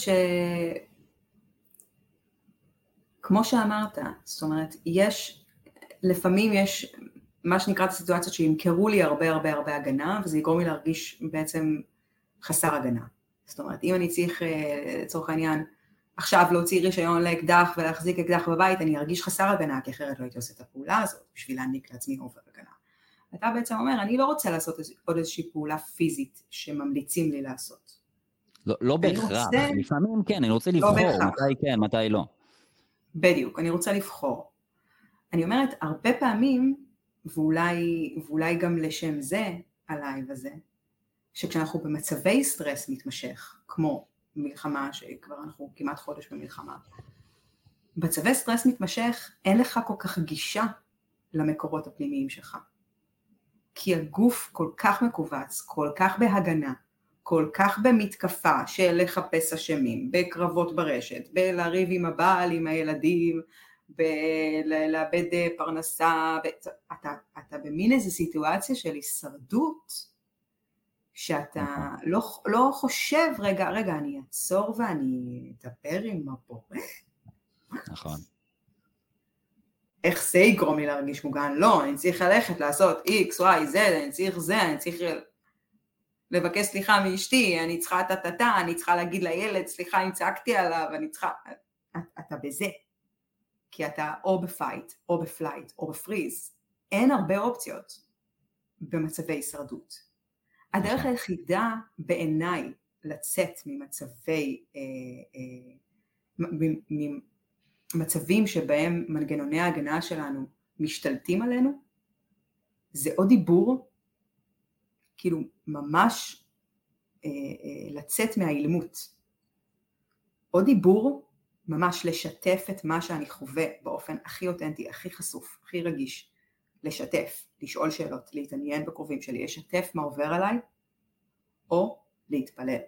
Speaker 2: כמו שאמרת, זאת אומרת, לפעמים יש מה שנקרא את הסיטואציות שימכרו לי הרבה הגנה, וזה יגרום לי להרגיש בעצם חסר הגנה. זאת אומרת, אם אני צריך, לצורך העניין, עכשיו להוציא רישיון לאקדח ולהחזיק אקדח בבית, אני ארגיש חסר הגנה, כי אחרת לא הייתי עושה את הפעולה הזאת, בשביל להעניק לעצמי אובר הגנה. אתה בעצם אומר, אני לא רוצה לעשות עוד איזושהי פעולה פיזית שממליצים לי לעשות.
Speaker 1: לא בהכרח, לפעמים כן, אני רוצה לבחור, מתי כן, מתי לא.
Speaker 2: בדיוק, אני רוצה לבחור. אני אומרת, הרבה פעמים, ואולי גם לשם זה, עליי וזה, שכשאנחנו במצבי סטרס מתמשך, כמו מלחמה, שכבר אנחנו כמעט חודש במלחמה, במצבי סטרס מתמשך, אין לך כל כך גישה למקורות הפנימיים שלך. כי הגוף כל כך מקובץ, כל כך בהגנה, כל כך במתקפה של לחפש אשמים, בקרבות ברשת, בלריב עם הבעל, עם הילדים, בלאבד פרנסה, אתה במין איזו סיטואציה של הישרדות, שאתה לא חושב, רגע, אני אעצור ואני אדבר עם הבורא.
Speaker 1: נכון.
Speaker 2: איך זה יגרום לי להרגיש מוגן? לא, אני צריך ללכת לעשות X, Y, Z, אני צריך לבקש סליחה מאשתי, אני צריכה אני צריכה להגיד לילד, סליחה אם צעקתי עליו, אני צריכה, אתה בזה. כי אתה או בפייט, או בפלייט, או בפריז. אין הרבה אופציות במצבי הישרדות. הדרך היחידה בעיניי לצאת ממצבים שבהם מנגנוני ההגנה שלנו משתלטים עלינו, זה או דיבור, כאילו ממש לצאת מהאילמות, או דיבור, ממש לשתף את מה שאני חווה באופן הכי אותנטי, הכי חשוף, הכי רגיש, לשתף, לשאול שאלות, להתעניין בקרובים שלי, לשתף מה עובר עליי, או להתפלל.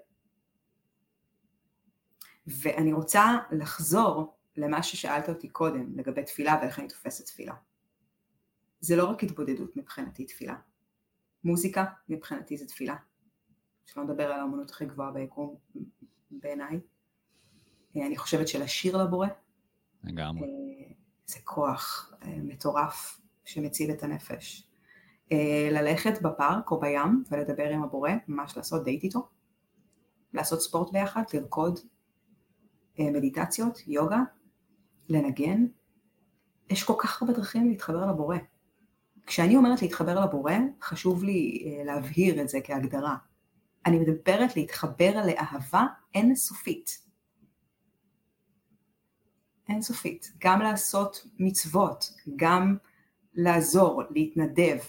Speaker 2: ואני רוצה לחזור למה ששאלת אותי קודם, לגבי תפילה ואיך אני תופסת תפילה. זה לא רק התבודדות מבחינתי תפילה. מוזיקה מבחינתי זה תפילה. שלא נדבר על האמנות הכי גבוהה ביקום בעיניי. אני חושבת שלשיר לבורא.
Speaker 1: לגמרי.
Speaker 2: זה כוח מטורף שמציל את הנפש. ללכת בפארק או בים ולדבר עם הבורא, ממש לעשות דייט איתו. לעשות ספורט ביחד, לרקוד, מדיטציות, יוגה, לנגן. יש כל כך הרבה דרכים להתחבר לבורא. כשאני אומרת להתחבר לבורא, חשוב לי להבהיר את זה כהגדרה. אני מדברת להתחבר לאהבה אינסופית. אינסופית. גם לעשות מצוות, גם לעזור, להתנדב.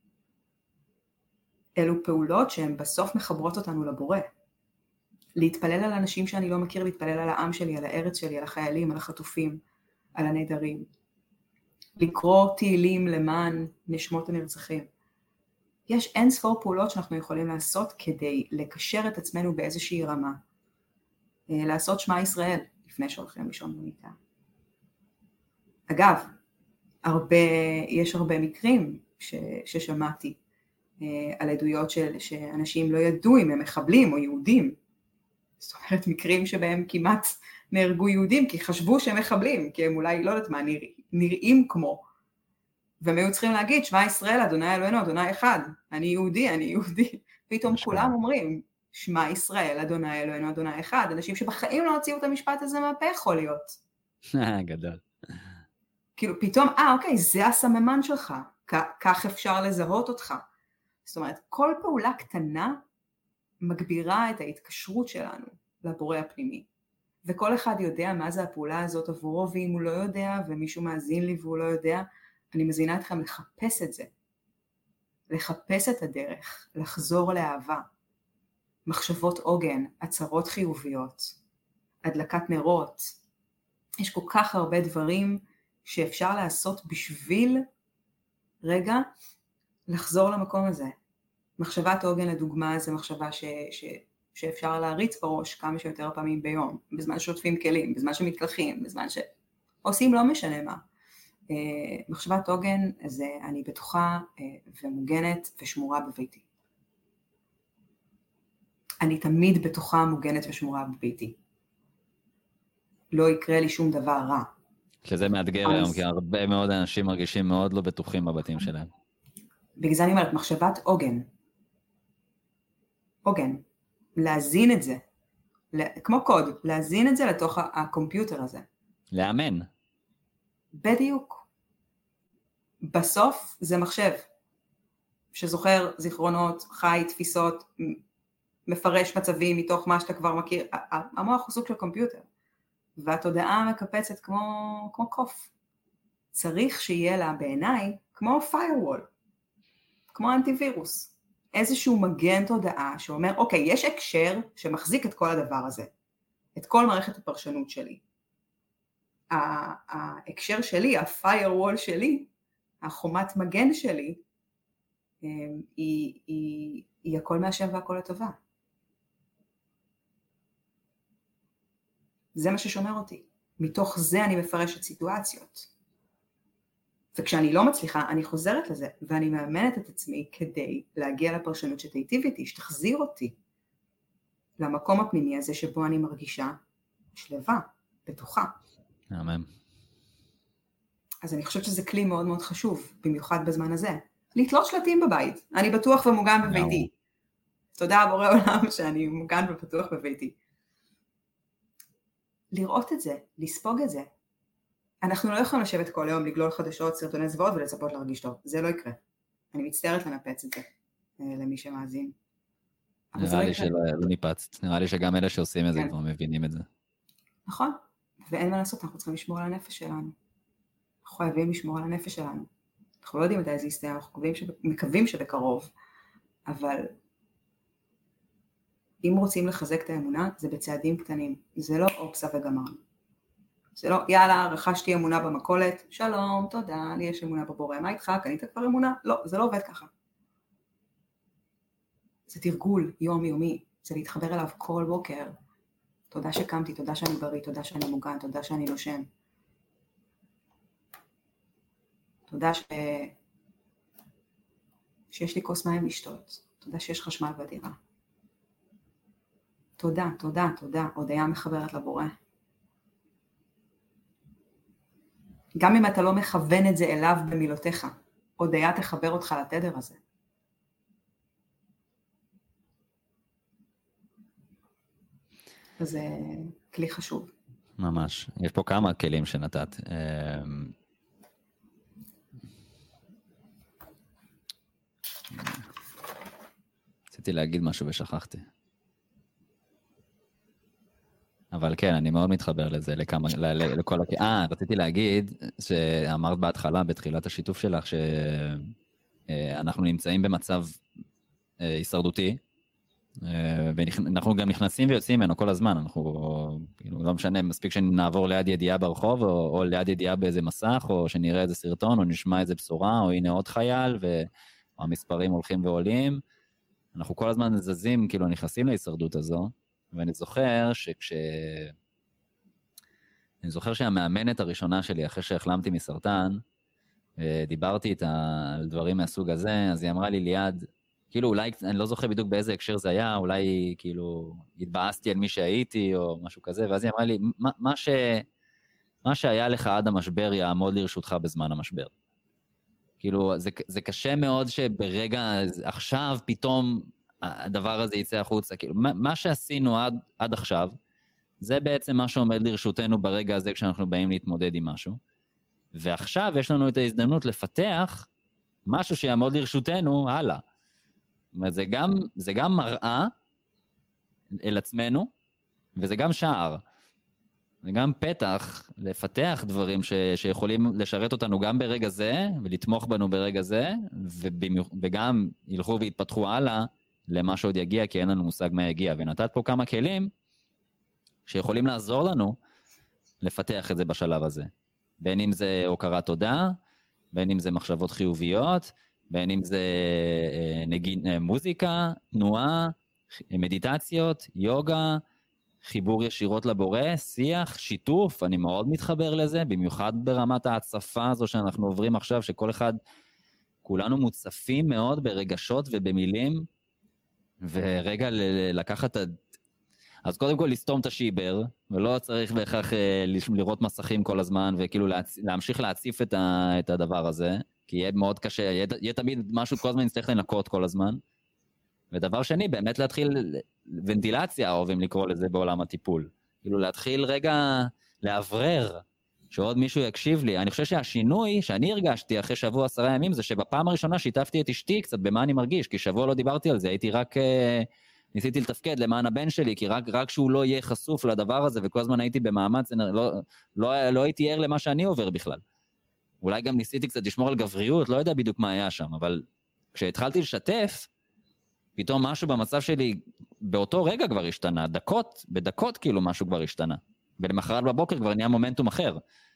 Speaker 2: אלו פעולות שהן בסוף מחברות אותנו לבורא. להתפלל על אנשים שאני לא מכיר, להתפלל על העם שלי, על הארץ שלי, על החיילים, על החטופים, על הנהדרים. לקרוא תהילים למען נשמות הנרצחים. יש אין ספור פעולות שאנחנו יכולים לעשות כדי לקשר את עצמנו באיזושהי רמה. לעשות שמע ישראל לפני שהולכים לישון במיטה. אגב, יש הרבה מקרים ששמעתי על עדויות שאנשים לא ידעו אם הם מחבלים או יהודים. זאת אומרת, מקרים שבהם כמעט נהרגו יהודים, כי חשבו שהם מחבלים, כי הם אולי, לא יודעת מה, נראים כמו. והם היו צריכים להגיד, שמע ישראל, אדוני אלוהינו, אדוני אחד. אני יהודי. פתאום כולם אומרים, שמע ישראל, אדוני אלוהינו, אדוני אחד. אנשים שבחיים לא הוציאו את המשפט הזה מהפה יכול להיות.
Speaker 1: גדול.
Speaker 2: כאילו פתאום, אוקיי, זה הסממן שלך. כך אפשר לזהות אותך. זאת אומרת, כל פעולה קטנה מגבירה את ההתקשרות שלנו לבורא הפנימי. וכל אחד יודע מה זה הפעולה הזאת עבורו, ואם הוא לא יודע, ומישהו מאזין לי והוא לא יודע, אני מזינה אתכם לחפש את זה. לחפש את הדרך, לחזור לאהבה. מחשבות עוגן, הצהרות חיוביות, הדלקת נרות. יש כל כך הרבה דברים שאפשר לעשות בשביל רגע לחזור למקום הזה. מחשבת עוגן לדוגמה זה מחשבה שאפשר להריץ בראש כמה שיותר פעמים ביום, בזמן ששוטפים כלים, בזמן שמתקלחים, בזמן שעושים לא משנה מה. מחשבת עוגן זה אני בטוחה ומוגנת ושמורה בביתי. אני תמיד בטוחה, מוגנת ושמורה בביתי. לא יקרה לי שום דבר רע.
Speaker 1: שזה מאתגר היום, כי הרבה מאוד אנשים מרגישים מאוד לא בטוחים בבתים שלהם.
Speaker 2: בגלל זה אני אומרת, מחשבת עוגן. עוגן. להזין את זה. כמו קוד, להזין את זה לתוך הקומפיוטר הזה.
Speaker 1: לאמן.
Speaker 2: בדיוק. בסוף זה מחשב. שזוכר זיכרונות, חי, תפיסות, מפרש מצבים מתוך מה שאתה כבר מכיר. המוח הוא סוג של קומפיוטר. והתודעה מקפצת כמו קוף. צריך שיהיה לה בעיניי כמו firewall, כמו אנטיווירוס. איזשהו מגן תודעה שאומר, אוקיי, יש הקשר שמחזיק את כל הדבר הזה. את כל מערכת הפרשנות שלי. ההקשר שלי, ה-firewall שלי, החומת מגן שלי, היא הכל מהשם והכל לטובה. זה מה ששומר אותי. מתוך זה אני מפרשת סיטואציות. וכשאני לא מצליחה, אני חוזרת לזה, ואני מאמנת את עצמי כדי להגיע לפרשנות שתיטיב איתי, שתחזיר אותי למקום הפנימי הזה שבו אני מרגישה שלווה, בטוחה.
Speaker 1: אמן.
Speaker 2: אז אני חושבת שזה כלי מאוד מאוד חשוב, במיוחד בזמן הזה. לתלות שלטים בבית, אני בטוח ומוגן בביתי. תודה בורא עולם שאני מוגן ובטוח בביתי. לראות את זה, לספוג את זה. אנחנו לא יכולים לשבת כל היום, לגלול חדשות, סרטוני זוועות ולצפות להרגיש טוב. זה לא יקרה. אני מצטערת לנפץ את זה, למי שמאזין.
Speaker 1: נראה לי שלא ניפצת. נראה לי שגם אלה שעושים את זה כבר מבינים את זה.
Speaker 2: נכון. ואין מה לעשות, אנחנו צריכים לשמור על הנפש שלנו. אנחנו חייבים לשמור על הנפש שלנו. אנחנו לא יודעים מתי זה יסתיים, אנחנו מקווים שבקרוב. אבל אם רוצים לחזק את האמונה, זה בצעדים קטנים. זה לא אופסה וגמרנו. זה לא, יאללה, רכשתי אמונה במכולת, שלום, תודה, לי יש אמונה בבורא, מה איתך, קנית כבר אמונה? לא, זה לא עובד ככה. זה תרגול יומיומי, זה להתחבר אליו כל בוקר. תודה שקמתי, תודה שאני בריא, תודה שאני מוגן, תודה שאני נושם. תודה שיש לי כוס מים לשתות, תודה שיש חשמל בדירה. תודה, תודה, תודה, הודיה מחברת לבורא. גם אם אתה לא מכוון את זה אליו במילותיך, הודיה תחבר אותך לתדר הזה. אז זה כלי חשוב.
Speaker 1: ממש. יש פה כמה כלים שנתת. רציתי להגיד משהו ושכחתי. אבל כן, אני מאוד מתחבר לזה, לכל רציתי להגיד, שאמרת בהתחלה, בתחילת השיתוף שלך, שאנחנו נמצאים במצב הישרדותי, ואנחנו גם נכנסים ויוצאים ממנו כל הזמן, אנחנו, כאילו, לא משנה, מספיק שנעבור ליד ידיעה ברחוב, או ליד ידיעה באיזה מסך, או שנראה איזה סרטון, או נשמע איזה בשורה, או הנה עוד חייל, והמספרים הולכים ועולים, אנחנו כל הזמן זזים, כאילו, נכנסים להישרדות הזו, ואני זוכר אני זוכר שהמאמנת הראשונה שלי, אחרי שהחלמתי מסרטן, דיברתי איתה על דברים מהסוג הזה, אז היא אמרה לי ליד, כאילו אולי, אני לא זוכר בדיוק באיזה הקשר זה היה, אולי כאילו התבאסתי על מי שהייתי או משהו כזה, ואז היא אמרה לי, מה שהיה לך עד המשבר יעמוד לרשותך בזמן המשבר. כאילו, זה קשה מאוד שברגע, עכשיו פתאום הדבר הזה יצא החוצה. כאילו, מה שעשינו עד עכשיו, זה בעצם מה שעומד לרשותנו ברגע הזה כשאנחנו באים להתמודד עם משהו. ועכשיו יש לנו את ההזדמנות לפתח משהו שיעמוד לרשותנו הלאה. זאת אומרת, זה גם מראה אל עצמנו, וזה גם שער. זה גם פתח לפתח דברים שיכולים לשרת אותנו גם ברגע זה, ולתמוך בנו ברגע זה, וגם ילכו והתפתחו הלאה למה שעוד יגיע, כי אין לנו מושג מה יגיע. ונתת פה כמה כלים שיכולים לעזור לנו לפתח את זה בשלב הזה. בין אם זה הוקרת תודה, בין אם זה מחשבות חיוביות, בין אם זה מוזיקה, תנועה, מדיטציות, יוגה, חיבור ישירות לבורא, שיח, שיתוף, אני מאוד מתחבר לזה, במיוחד ברמת ההצפה הזו שאנחנו עוברים עכשיו, שכל אחד, כולנו מוצפים מאוד ברגשות ובמילים, ורגע לקחת, אז קודם כל לסתום את השיבר, ולא צריך בהכרח לראות מסכים כל הזמן, וכאילו להמשיך להציף את הדבר הזה, כי יהיה מאוד קשה, יהיה תמיד משהו כל הזמן נצטרך לנקות כל הזמן, ודבר שני, באמת להתחיל ונטילציה, אוהבים לקרוא לזה בעולם הטיפול. כאילו להתחיל רגע להברר, שעוד מישהו יקשיב לי. אני חושב שהשינוי שאני הרגשתי אחרי שבוע 10 ימים, זה שבפעם הראשונה שיתפתי את אשתי קצת במה אני מרגיש, כי שבוע לא דיברתי על זה, הייתי רק, ניסיתי לתפקד למען הבן שלי, כי רק שהוא לא יהיה חשוף לדבר הזה, וכל הזמן הייתי במאמץ, לא הייתי ער למה שאני עובר בכלל. אולי גם ניסיתי קצת לשמור על גבריות, לא יודע בדיוק מה היה שם, אבל כשהתחלתי לשתף, פתאום משהו במצב שלי, באותו רגע כבר השתנה, בדקות כאילו משהו כבר השתנה, ולמחרת בבוקר כבר נהיה מומנטום אחר.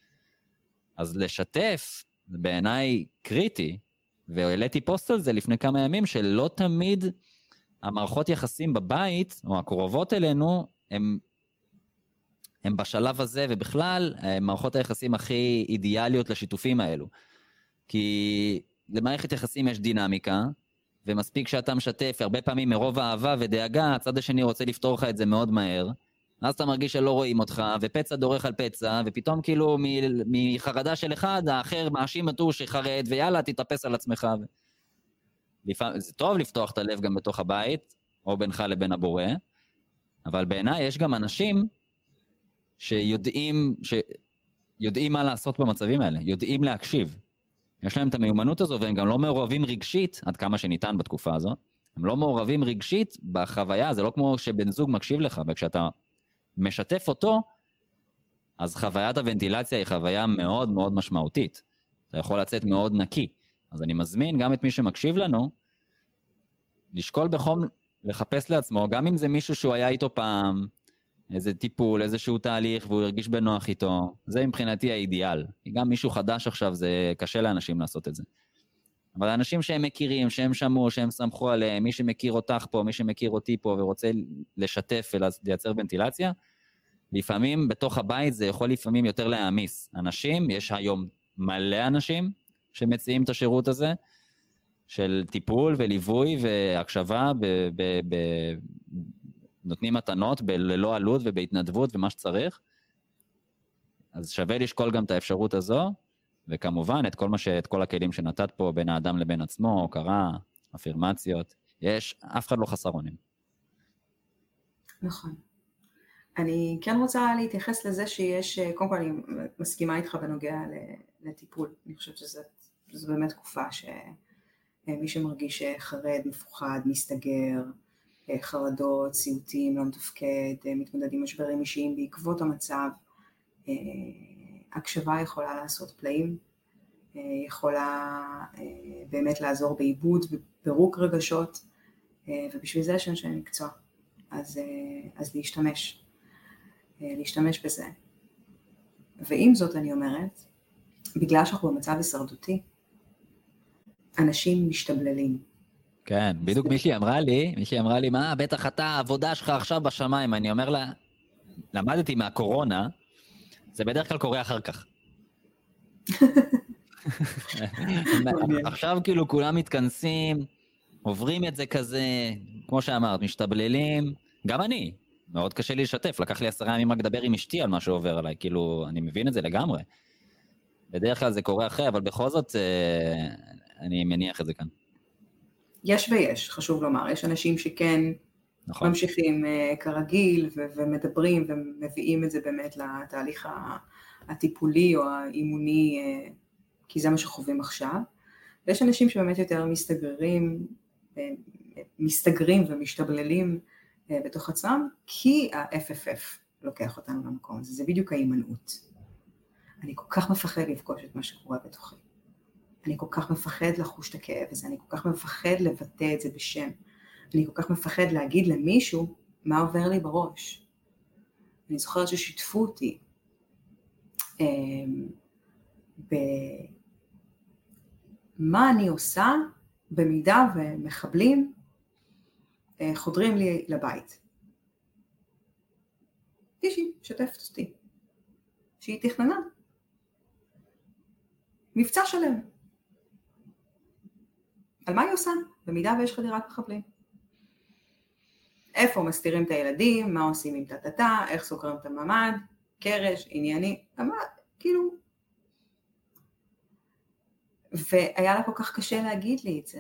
Speaker 1: אז לשתף, בעיניי קריטי, והעליתי פוסט על זה לפני כמה ימים, שלא תמיד המערכות יחסים בבית, או הקרובות אלינו, הם בשלב הזה, ובכלל, מערכות היחסים הכי אידיאליות לשיתופים האלו. כי למערכת יחסים יש דינמיקה, ומספיק שאתה משתף, הרבה פעמים מרוב אהבה ודאגה, הצד השני רוצה לפתור לך את זה מאוד מהר, אז אתה מרגיש שלא רואים אותך, ופצע דורך על פצע, ופתאום כאילו מחרדה של אחד, האחר מאשים אותו שחרד, ויאללה, תתאפס על עצמך. זה טוב לפתוח את הלב גם בתוך הבית, או בינך לבין הבורא, אבל בעיניי יש גם אנשים שיודעים מה לעשות במצבים האלה, יודעים להקשיב. יש להם את המיומנות הזו, והם גם לא מעורבים רגשית, עד כמה שניתן בתקופה הזו, הם לא מעורבים רגשית בחוויה, זה לא כמו שבן זוג מקשיב לך, וכשאתה משתף אותו, אז חוויית הוונטילציה היא חוויה מאוד מאוד משמעותית. אתה יכול לצאת מאוד נקי. אז אני מזמין גם את מי שמקשיב לנו, לשקול בחום, לחפש לעצמו, גם אם זה מישהו שהוא היה איתו פעם, איזה טיפול, איזשהו תהליך, והוא הרגיש בנוח איתו, זה מבחינתי האידיאל. גם מישהו חדש עכשיו, זה קשה לאנשים לעשות את זה. אבל האנשים שהם מכירים, שהם שמעו, שהם סמכו עליהם, מי שמכיר אותך פה, מי שמכיר אותי פה, ורוצה לשתף ולייצר ונטילציה, לפעמים בתוך הבית זה יכול לפעמים יותר להעמיס. אנשים, יש היום מלא אנשים שמציעים את השירות הזה, של טיפול וליווי והקשבה, נותנים מתנות ללא עלות ובהתנדבות ומה שצריך, אז שווה לשקול גם את האפשרות הזו, וכמובן את כל הכלים שנתת פה בין האדם לבין עצמו, הוקרה, אפירמציות, אף אחד לא חסר אונים.
Speaker 2: נכון. אני כן רוצה להתייחס לזה שיש, קודם כל אני מסכימה איתך בנוגע לטיפול, אני חושבת שזו באמת תקופה שמי שמרגיש חרד, מפוחד, מסתגר, חרדות, סיוטים, לא מתפקד, מתמודד עם משברים אישיים בעקבות המצב, הקשבה יכולה לעשות פלאים, יכולה באמת לעזור בעיבוד ופירוק רגשות, ובשביל זה יש אנשי מקצוע, אז להשתמש בזה. ועם זאת אני אומרת, בגלל שאנחנו במצב הישרדותי, אנשים משתבללים.
Speaker 1: כן, בדיוק מישהי אמרה לי, מה, בטח אתה, העבודה שלך עכשיו בשמיים, אני אומר לה, למדתי מהקורונה, זה בדרך כלל קורה אחר כך. עכשיו כאילו כולם מתכנסים, עוברים את זה כזה, כמו שאמרת, משתבללים, גם אני, מאוד קשה לי לשתף, לקח לי 10 ימים רק לדבר עם אשתי על מה שעובר עליי, כאילו, אני מבין את זה לגמרי. בדרך כלל זה קורה אחרי, אבל בכל זאת, אני מניח את זה כאן.
Speaker 2: יש ויש, חשוב לומר, יש אנשים שכן נכון. ממשיכים כרגיל ומדברים ומביאים את זה באמת לתהליך הטיפולי או האימוני, כי זה מה שחווים עכשיו, ויש אנשים שבאמת יותר מסתגרים ומשתבללים בתוך עצמם, כי ה-FFF לוקח אותנו למקום הזה, זה בדיוק ההימנעות. אני כל כך מפחד לפגוש את מה שקורה בתוכי. אני כל כך מפחד לחוש את הכאב הזה, אני כל כך מפחד לבטא את זה בשם. אני כל כך מפחד להגיד למישהו מה עובר לי בראש. אני זוכרת ששיתפו אותי במה אני עושה במידה ומחבלים חודרים לי לבית. מישהי שתפת אותי, שהיא תכננה. מבצע שלם. על מה היא עושה? במידה ויש חדירת מחבלים. איפה מסתירים את הילדים, מה עושים עם תתתה, איך סוגרים את הממד, קרש, ענייני, כאילו. והיה לה כל כך קשה להגיד לי את זה.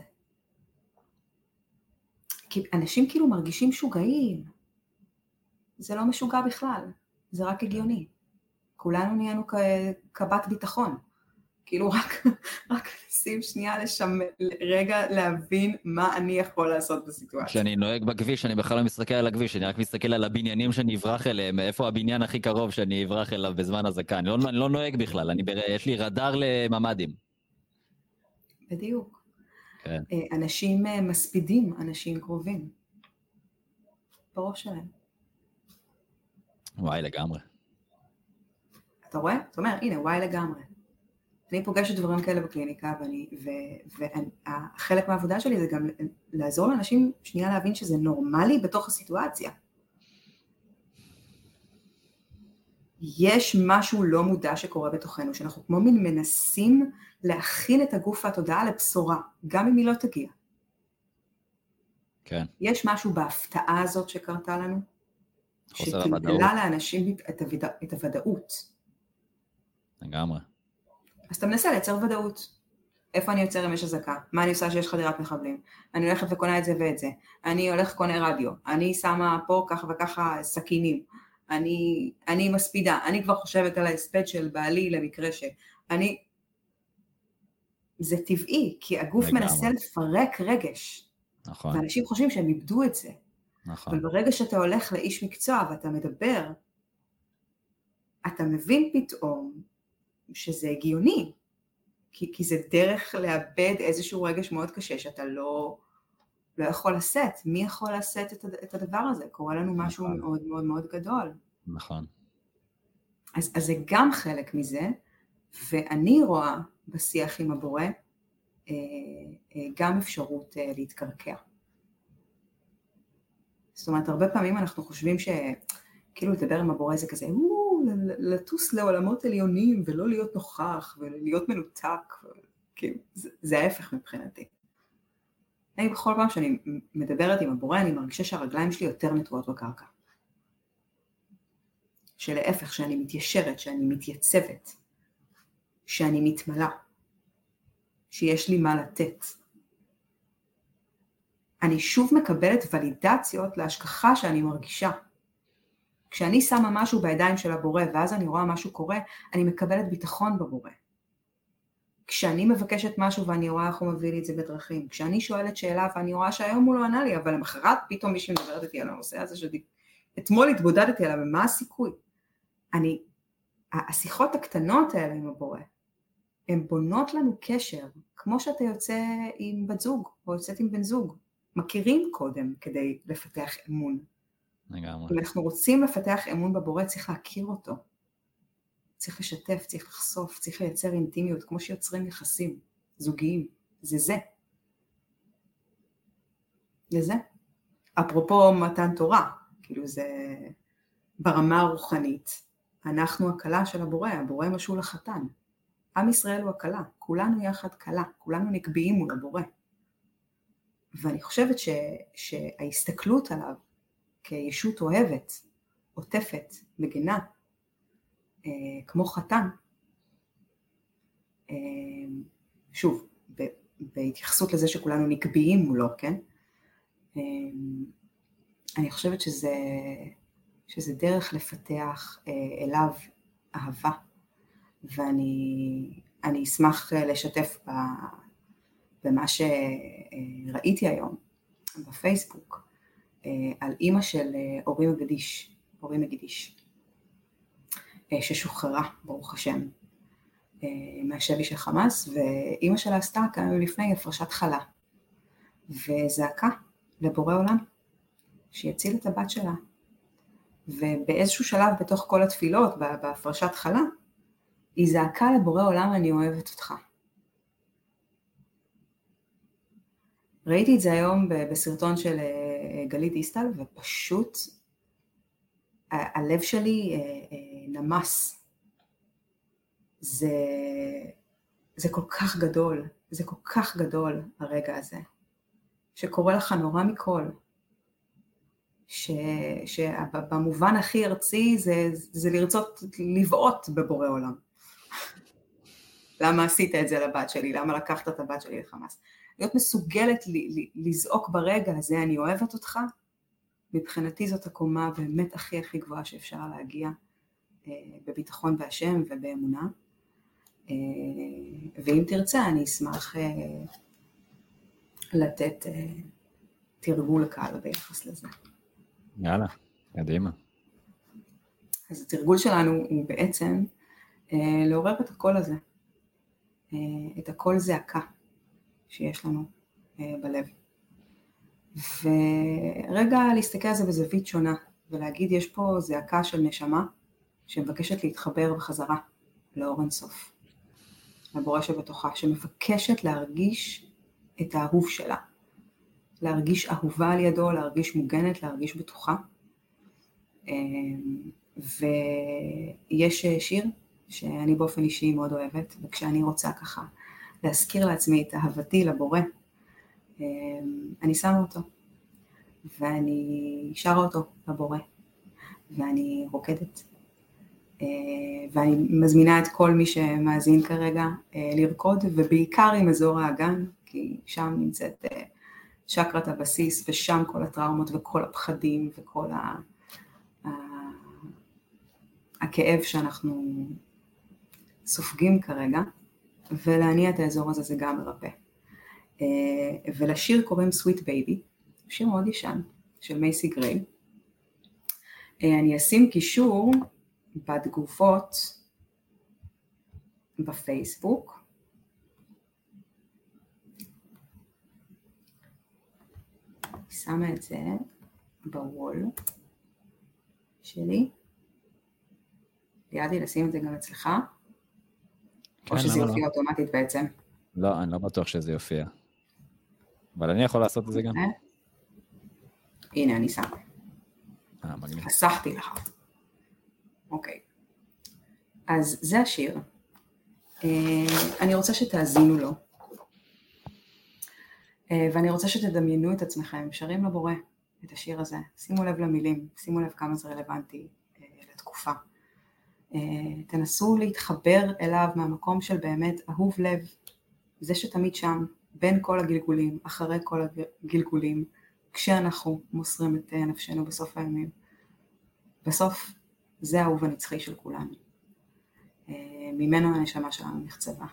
Speaker 2: כי אנשים כאילו מרגישים שוגעים. זה לא משוגע בכלל, זה רק הגיוני. כולנו נהיינו כבת ביטחון. כאילו רק נשים שנייה רגע להבין מה אני יכול לעשות בסיטואציה.
Speaker 1: כשאני נוהג בכביש, אני בכלל לא מסתכל על הכביש, אני רק מסתכל על הבניינים שאני אברח אליהם, איפה הבניין הכי קרוב שאני אברח אליו בזמן הזקה. אני לא נוהג בכלל, יש לי רדאר לממדים.
Speaker 2: בדיוק. כן. אנשים מספידים, אנשים קרובים. בראש שלהם.
Speaker 1: וואי, לגמרי.
Speaker 2: אתה רואה? אתה אומר, הנה, וואי לגמרי. אני פוגשת דברים כאלה בקליניקה, וחלק מהעבודה שלי זה גם לעזור לאנשים שנייה להבין שזה נורמלי בתוך הסיטואציה. יש משהו לא מודע שקורה בתוכנו, שאנחנו כמו מין מנסים להכין את הגוף והתודעה לבשורה, גם אם היא לא תגיע.
Speaker 1: כן.
Speaker 2: יש משהו בהפתעה הזאת שקרתה לנו,
Speaker 1: חוסר הוודאות.
Speaker 2: שתגלה לאנשים את הוודאות.
Speaker 1: לגמרי.
Speaker 2: אז אתה מנסה לייצר ודאות. איפה אני יוצר אם יש הזקה? מה אני עושה שיש חדירת מחבלים? אני הולכת וקונה את זה ואת זה. אני הולכת קונה רדיו. אני שמה פה ככה וככה סכינים. אני מספידה. אני כבר חושבת על ההספד של בעלי למקרה שאני... זה טבעי, כי הגוף
Speaker 1: לגמרי.
Speaker 2: מנסה לפרק רגש.
Speaker 1: נכון.
Speaker 2: ואנשים חושבים שהם איבדו את זה.
Speaker 1: נכון.
Speaker 2: אבל ברגע שאתה הולך לאיש מקצוע ואתה מדבר, אתה מבין פתאום שזה הגיוני. כי זה דרך לאבד איזשהו רגש מאוד קשה שאתה לא יכול לשאת. מי יכול לשאת את הדבר הזה? קורה לנו משהו
Speaker 1: נכון.
Speaker 2: מאוד מאוד מאוד גדול.
Speaker 1: נכון.
Speaker 2: אז זה גם חלק מזה, ואני רואה בשיח עם הבורא גם אפשרות להתקרקע. זאת אומרת, הרבה פעמים אנחנו חושבים שכאילו לדבר עם הבורא זה כזה, לטוס לעולמות עליונים ולא להיות נוכח ולהיות מנותק, כאילו, זה ההפך מבחינתי. אני בכל פעם שאני מדברת עם הבורא, אני מרגישה שהרגליים שלי יותר נטועות בקרקע. שלהפך, שאני מתיישרת, שאני מתייצבת, שאני מתמלאה, שיש לי מה לתת. אני שוב מקבלת ולידציות להשכחה שאני מרגישה. כשאני שמה משהו בידיים של הבורא, ואז אני רואה משהו קורה, אני מקבלת ביטחון בבורא. כשאני מבקשת משהו ואני רואה איך הוא מביא לי את זה בדרכים, כשאני שואלת שאלה ואני רואה שהיום הוא לא ענה לי, אבל למחרת פתאום מישהי מדברת איתי על הנושא הזה שאתמול התבודדתי עליו, ומה הסיכוי? השיחות הקטנות האלה עם הבורא, הן בונות לנו קשר, כמו שאתה יוצא עם בת זוג, או יוצאת עם בן זוג, מכירים קודם כדי לפתח אמון.
Speaker 1: לגמרי.
Speaker 2: אם אנחנו רוצים לפתח אמון בבורא, צריך להכיר אותו. צריך לשתף, צריך לחשוף, צריך לייצר אינטימיות, כמו שיוצרים יחסים זוגיים. זה. זה. אפרופו מתן תורה, כאילו זה ברמה הרוחנית. אנחנו הקלה של הבורא, הבורא משול לחתן. עם ישראל הוא הקלה, כולנו יחד קלה, כולנו נקבעים מול הבורא. ואני חושבת שההסתכלות עליו כישות אוהבת, עוטפת, מגנה, כמו חתן, שוב, בהתייחסות לזה שכולנו נקבעים מולו, כן? אני חושבת שזה דרך לפתח אליו אהבה, ואני אשמח לשתף במה שראיתי היום בפייסבוק, על אימא של אורי מגידיש, ששוחררה, ברוך השם, מהשבי של חמאס, ואימא שלה עשתה כמה ימים לפני הפרשת חלה, וזעקה לבורא עולם, שיציל את הבת שלה, ובאיזשהו שלב בתוך כל התפילות, בהפרשת חלה, היא זעקה לבורא עולם, אני אוהבת אותך. ראיתי את זה היום בסרטון של גלית דיסטל, ופשוט הלב שלי נמס. זה כל כך גדול, זה כל כך גדול הרגע הזה, שקורה לך נורא מכל, שבמובן הכי ארצי זה לרצות לבעוט בבורא עולם. למה עשית את זה לבת שלי? למה לקחת את הבת שלי לחמאס? להיות מסוגלת לזעוק ברגע הזה, אני אוהבת אותך, מבחינתי זאת הקומה באמת הכי הכי גבוהה שאפשר להגיע, בביטחון בהשם ובאמונה, ואם תרצה אני אשמח לתת תרגול לקהל ביחס לזה.
Speaker 1: יאללה, קדימה.
Speaker 2: אז התרגול שלנו הוא בעצם לעורר את הקול הזה, את הקול זעקה שיש לנו בלב. ורגע להסתכל על זה בזווית שונה, ולהגיד יש פה זעקה של נשמה שמבקשת להתחבר בחזרה לאור אינסוף, לבורא שבתוכה, שמבקשת להרגיש את האהוב שלה, להרגיש אהובה על ידו, להרגיש מוגנת, להרגיש בטוחה. ויש שיר שאני באופן אישי מאוד אוהבת, וכשאני רוצה ככה להזכיר לעצמי את אהבתי לבורא, אני שמה אותו, ואני שרה אותו לבורא, ואני רוקדת, ואני מזמינה את כל מי שמאזין כרגע לרקוד, ובעיקר עם אזור האגן, כי שם נמצאת שקרת הבסיס, ושם כל הטראומות וכל הפחדים וכל הכאב שאנחנו סופגים כרגע, ולהניע את האזור הזה זה גם מרפא. ולשיר קוראים Sweet Baby, שיר מאוד ישן, של מייסי גריי. אני אשים קישור בתגובות בפייסבוק. אני שמה את זה בוול שלי. לידי לשים את זה גם אצלך? או שזה יופיע אוטומטית בעצם?
Speaker 1: לא, אני לא בטוח שזה יופיע. אבל אני יכול לעשות את זה גם.
Speaker 2: הנה, אני שמה.
Speaker 1: מגניב.
Speaker 2: חסכתי לך. אוקיי. אז זה השיר. אני רוצה שתאזינו לו. ואני רוצה שתדמיינו את עצמכם, שרים לבורא את השיר הזה. שימו לב למילים, שימו לב כמה זה רלוונטי לתקופה. תנסו להתחבר אליו מהמקום של באמת אהוב לב, זה שתמיד שם, בין כל הגלגולים, אחרי כל הגלגולים, כשאנחנו מוסרים את נפשנו בסוף הימים. בסוף זה האהוב הנצחי של כולנו. ממנו הנשמה שלנו נחצבה.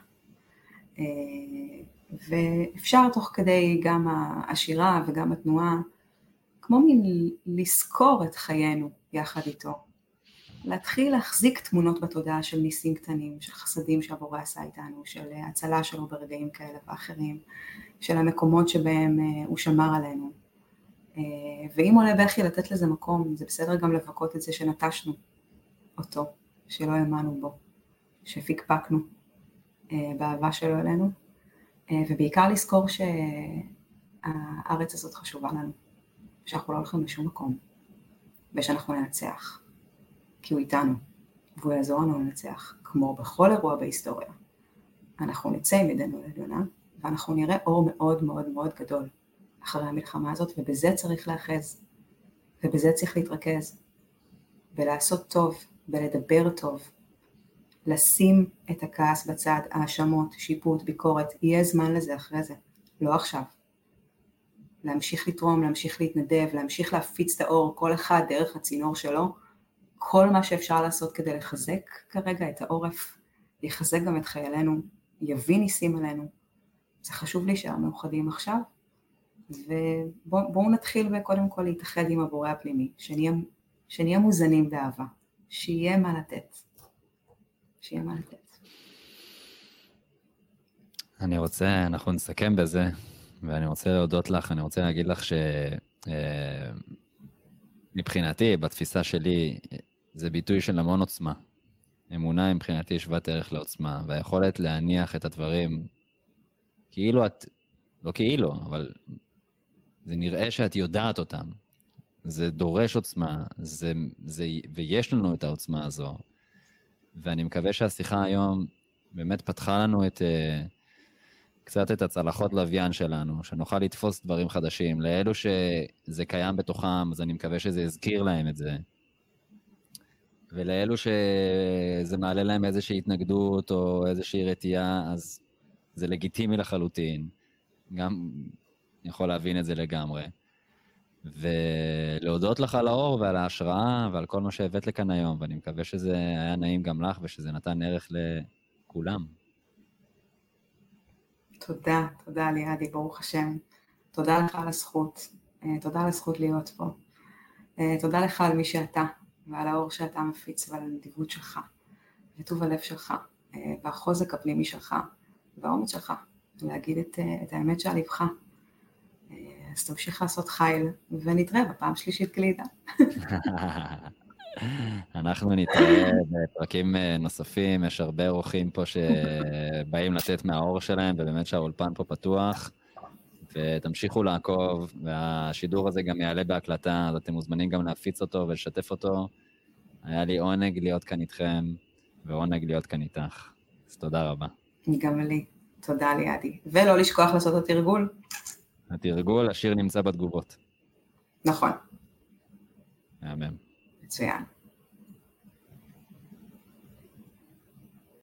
Speaker 2: ואפשר תוך כדי גם השירה וגם התנועה, כמו מין לזכור את חיינו יחד איתו. להתחיל להחזיק תמונות בתודעה של ניסים קטנים, של חסדים שהבורא עשה איתנו, של הצלה שלו ברגעים כאלה ואחרים, של המקומות שבהם הוא שמר עלינו. ואם עולה בכי לתת לזה מקום, זה בסדר גם לבכות את זה שנטשנו אותו, שלא האמנו בו, שפיקפקנו באהבה שלו אלינו, ובעיקר לזכור שהארץ הזאת חשובה לנו, שאנחנו לא הולכים לשום מקום, ושאנחנו ננצח. כי הוא איתנו, והוא יעזור לנו לנצח, כמו בכל אירוע בהיסטוריה. אנחנו נצא עם ידנו לעליונה, ואנחנו נראה אור מאוד מאוד מאוד גדול אחרי המלחמה הזאת, ובזה צריך להאחז, ובזה צריך להתרכז, ולעשות טוב, ולדבר טוב, לשים את הכעס בצד, האשמות, שיפוט, ביקורת, יהיה זמן לזה אחרי זה, לא עכשיו. להמשיך לתרום, להמשיך להתנדב, להמשיך להפיץ את האור, כל אחד דרך הצינור שלו, כל מה שאפשר לעשות כדי לחזק כרגע את העורף, יחזק גם את חיילינו, יביא ניסים עלינו. זה חשוב להישאר מאוחדים עכשיו, ובואו נתחיל קודם כל להתאחד עם הבורא הפנימי, שנהיה מוזנים באהבה, שיהיה מה לתת. שיהיה מה לתת.
Speaker 1: אנחנו נסכם בזה, ואני רוצה להודות לך, אני רוצה להגיד לך מבחינתי, בתפיסה שלי, זה ביטוי של המון עוצמה. אמונה מבחינתי שוות ערך לעוצמה, והיכולת להניח את הדברים, כאילו לא כאילו, אבל זה נראה שאת יודעת אותם. זה דורש עוצמה, ויש לנו את העוצמה הזו. ואני מקווה שהשיחה היום באמת פתחה לנו קצת את הצלחות לוויין שלנו, שנוכל לתפוס דברים חדשים. לאלו שזה קיים בתוכם, אז אני מקווה שזה יזכיר להם את זה. ולאלו שזה מעלה להם איזושהי התנגדות או איזושהי רתיעה, אז זה לגיטימי לחלוטין. גם יכול להבין את זה לגמרי. ולהודות לך על האור ועל ההשראה ועל כל מה שהבאת לכאן היום, ואני מקווה שזה היה נעים גם לך ושזה נתן ערך לכולם.
Speaker 2: תודה, תודה ליעדי, ברוך השם. תודה לך על הזכות, תודה על הזכות להיות פה. תודה לך על מי שאתה, ועל האור שאתה מפיץ, ועל הנדיבות שלך, וטוב הלב שלך, והחוזק הפנימי שלך, והאומץ שלך, להגיד את האמת שעל לבך. אז תמשיך לעשות חייל, ונתראה בפעם שלישית גלידה.
Speaker 1: אנחנו נתראה בפרקים נוספים, יש הרבה אורחים פה שבאים לתת מהאור שלהם, ובאמת שהאולפן פה פתוח, ותמשיכו לעקוב, והשידור הזה גם יעלה בהקלטה, אז אתם מוזמנים גם להפיץ אותו ולשתף אותו, היה לי עונג להיות כאן איתכם, ועונג להיות כאן איתך. אז תודה רבה.
Speaker 2: גם לי. תודה ליעדי. ולא לשכוח לעשות את התרגול.
Speaker 1: התרגול, השיר נמצא בתגובות.
Speaker 2: נכון.
Speaker 1: מהמם.
Speaker 2: מצוין.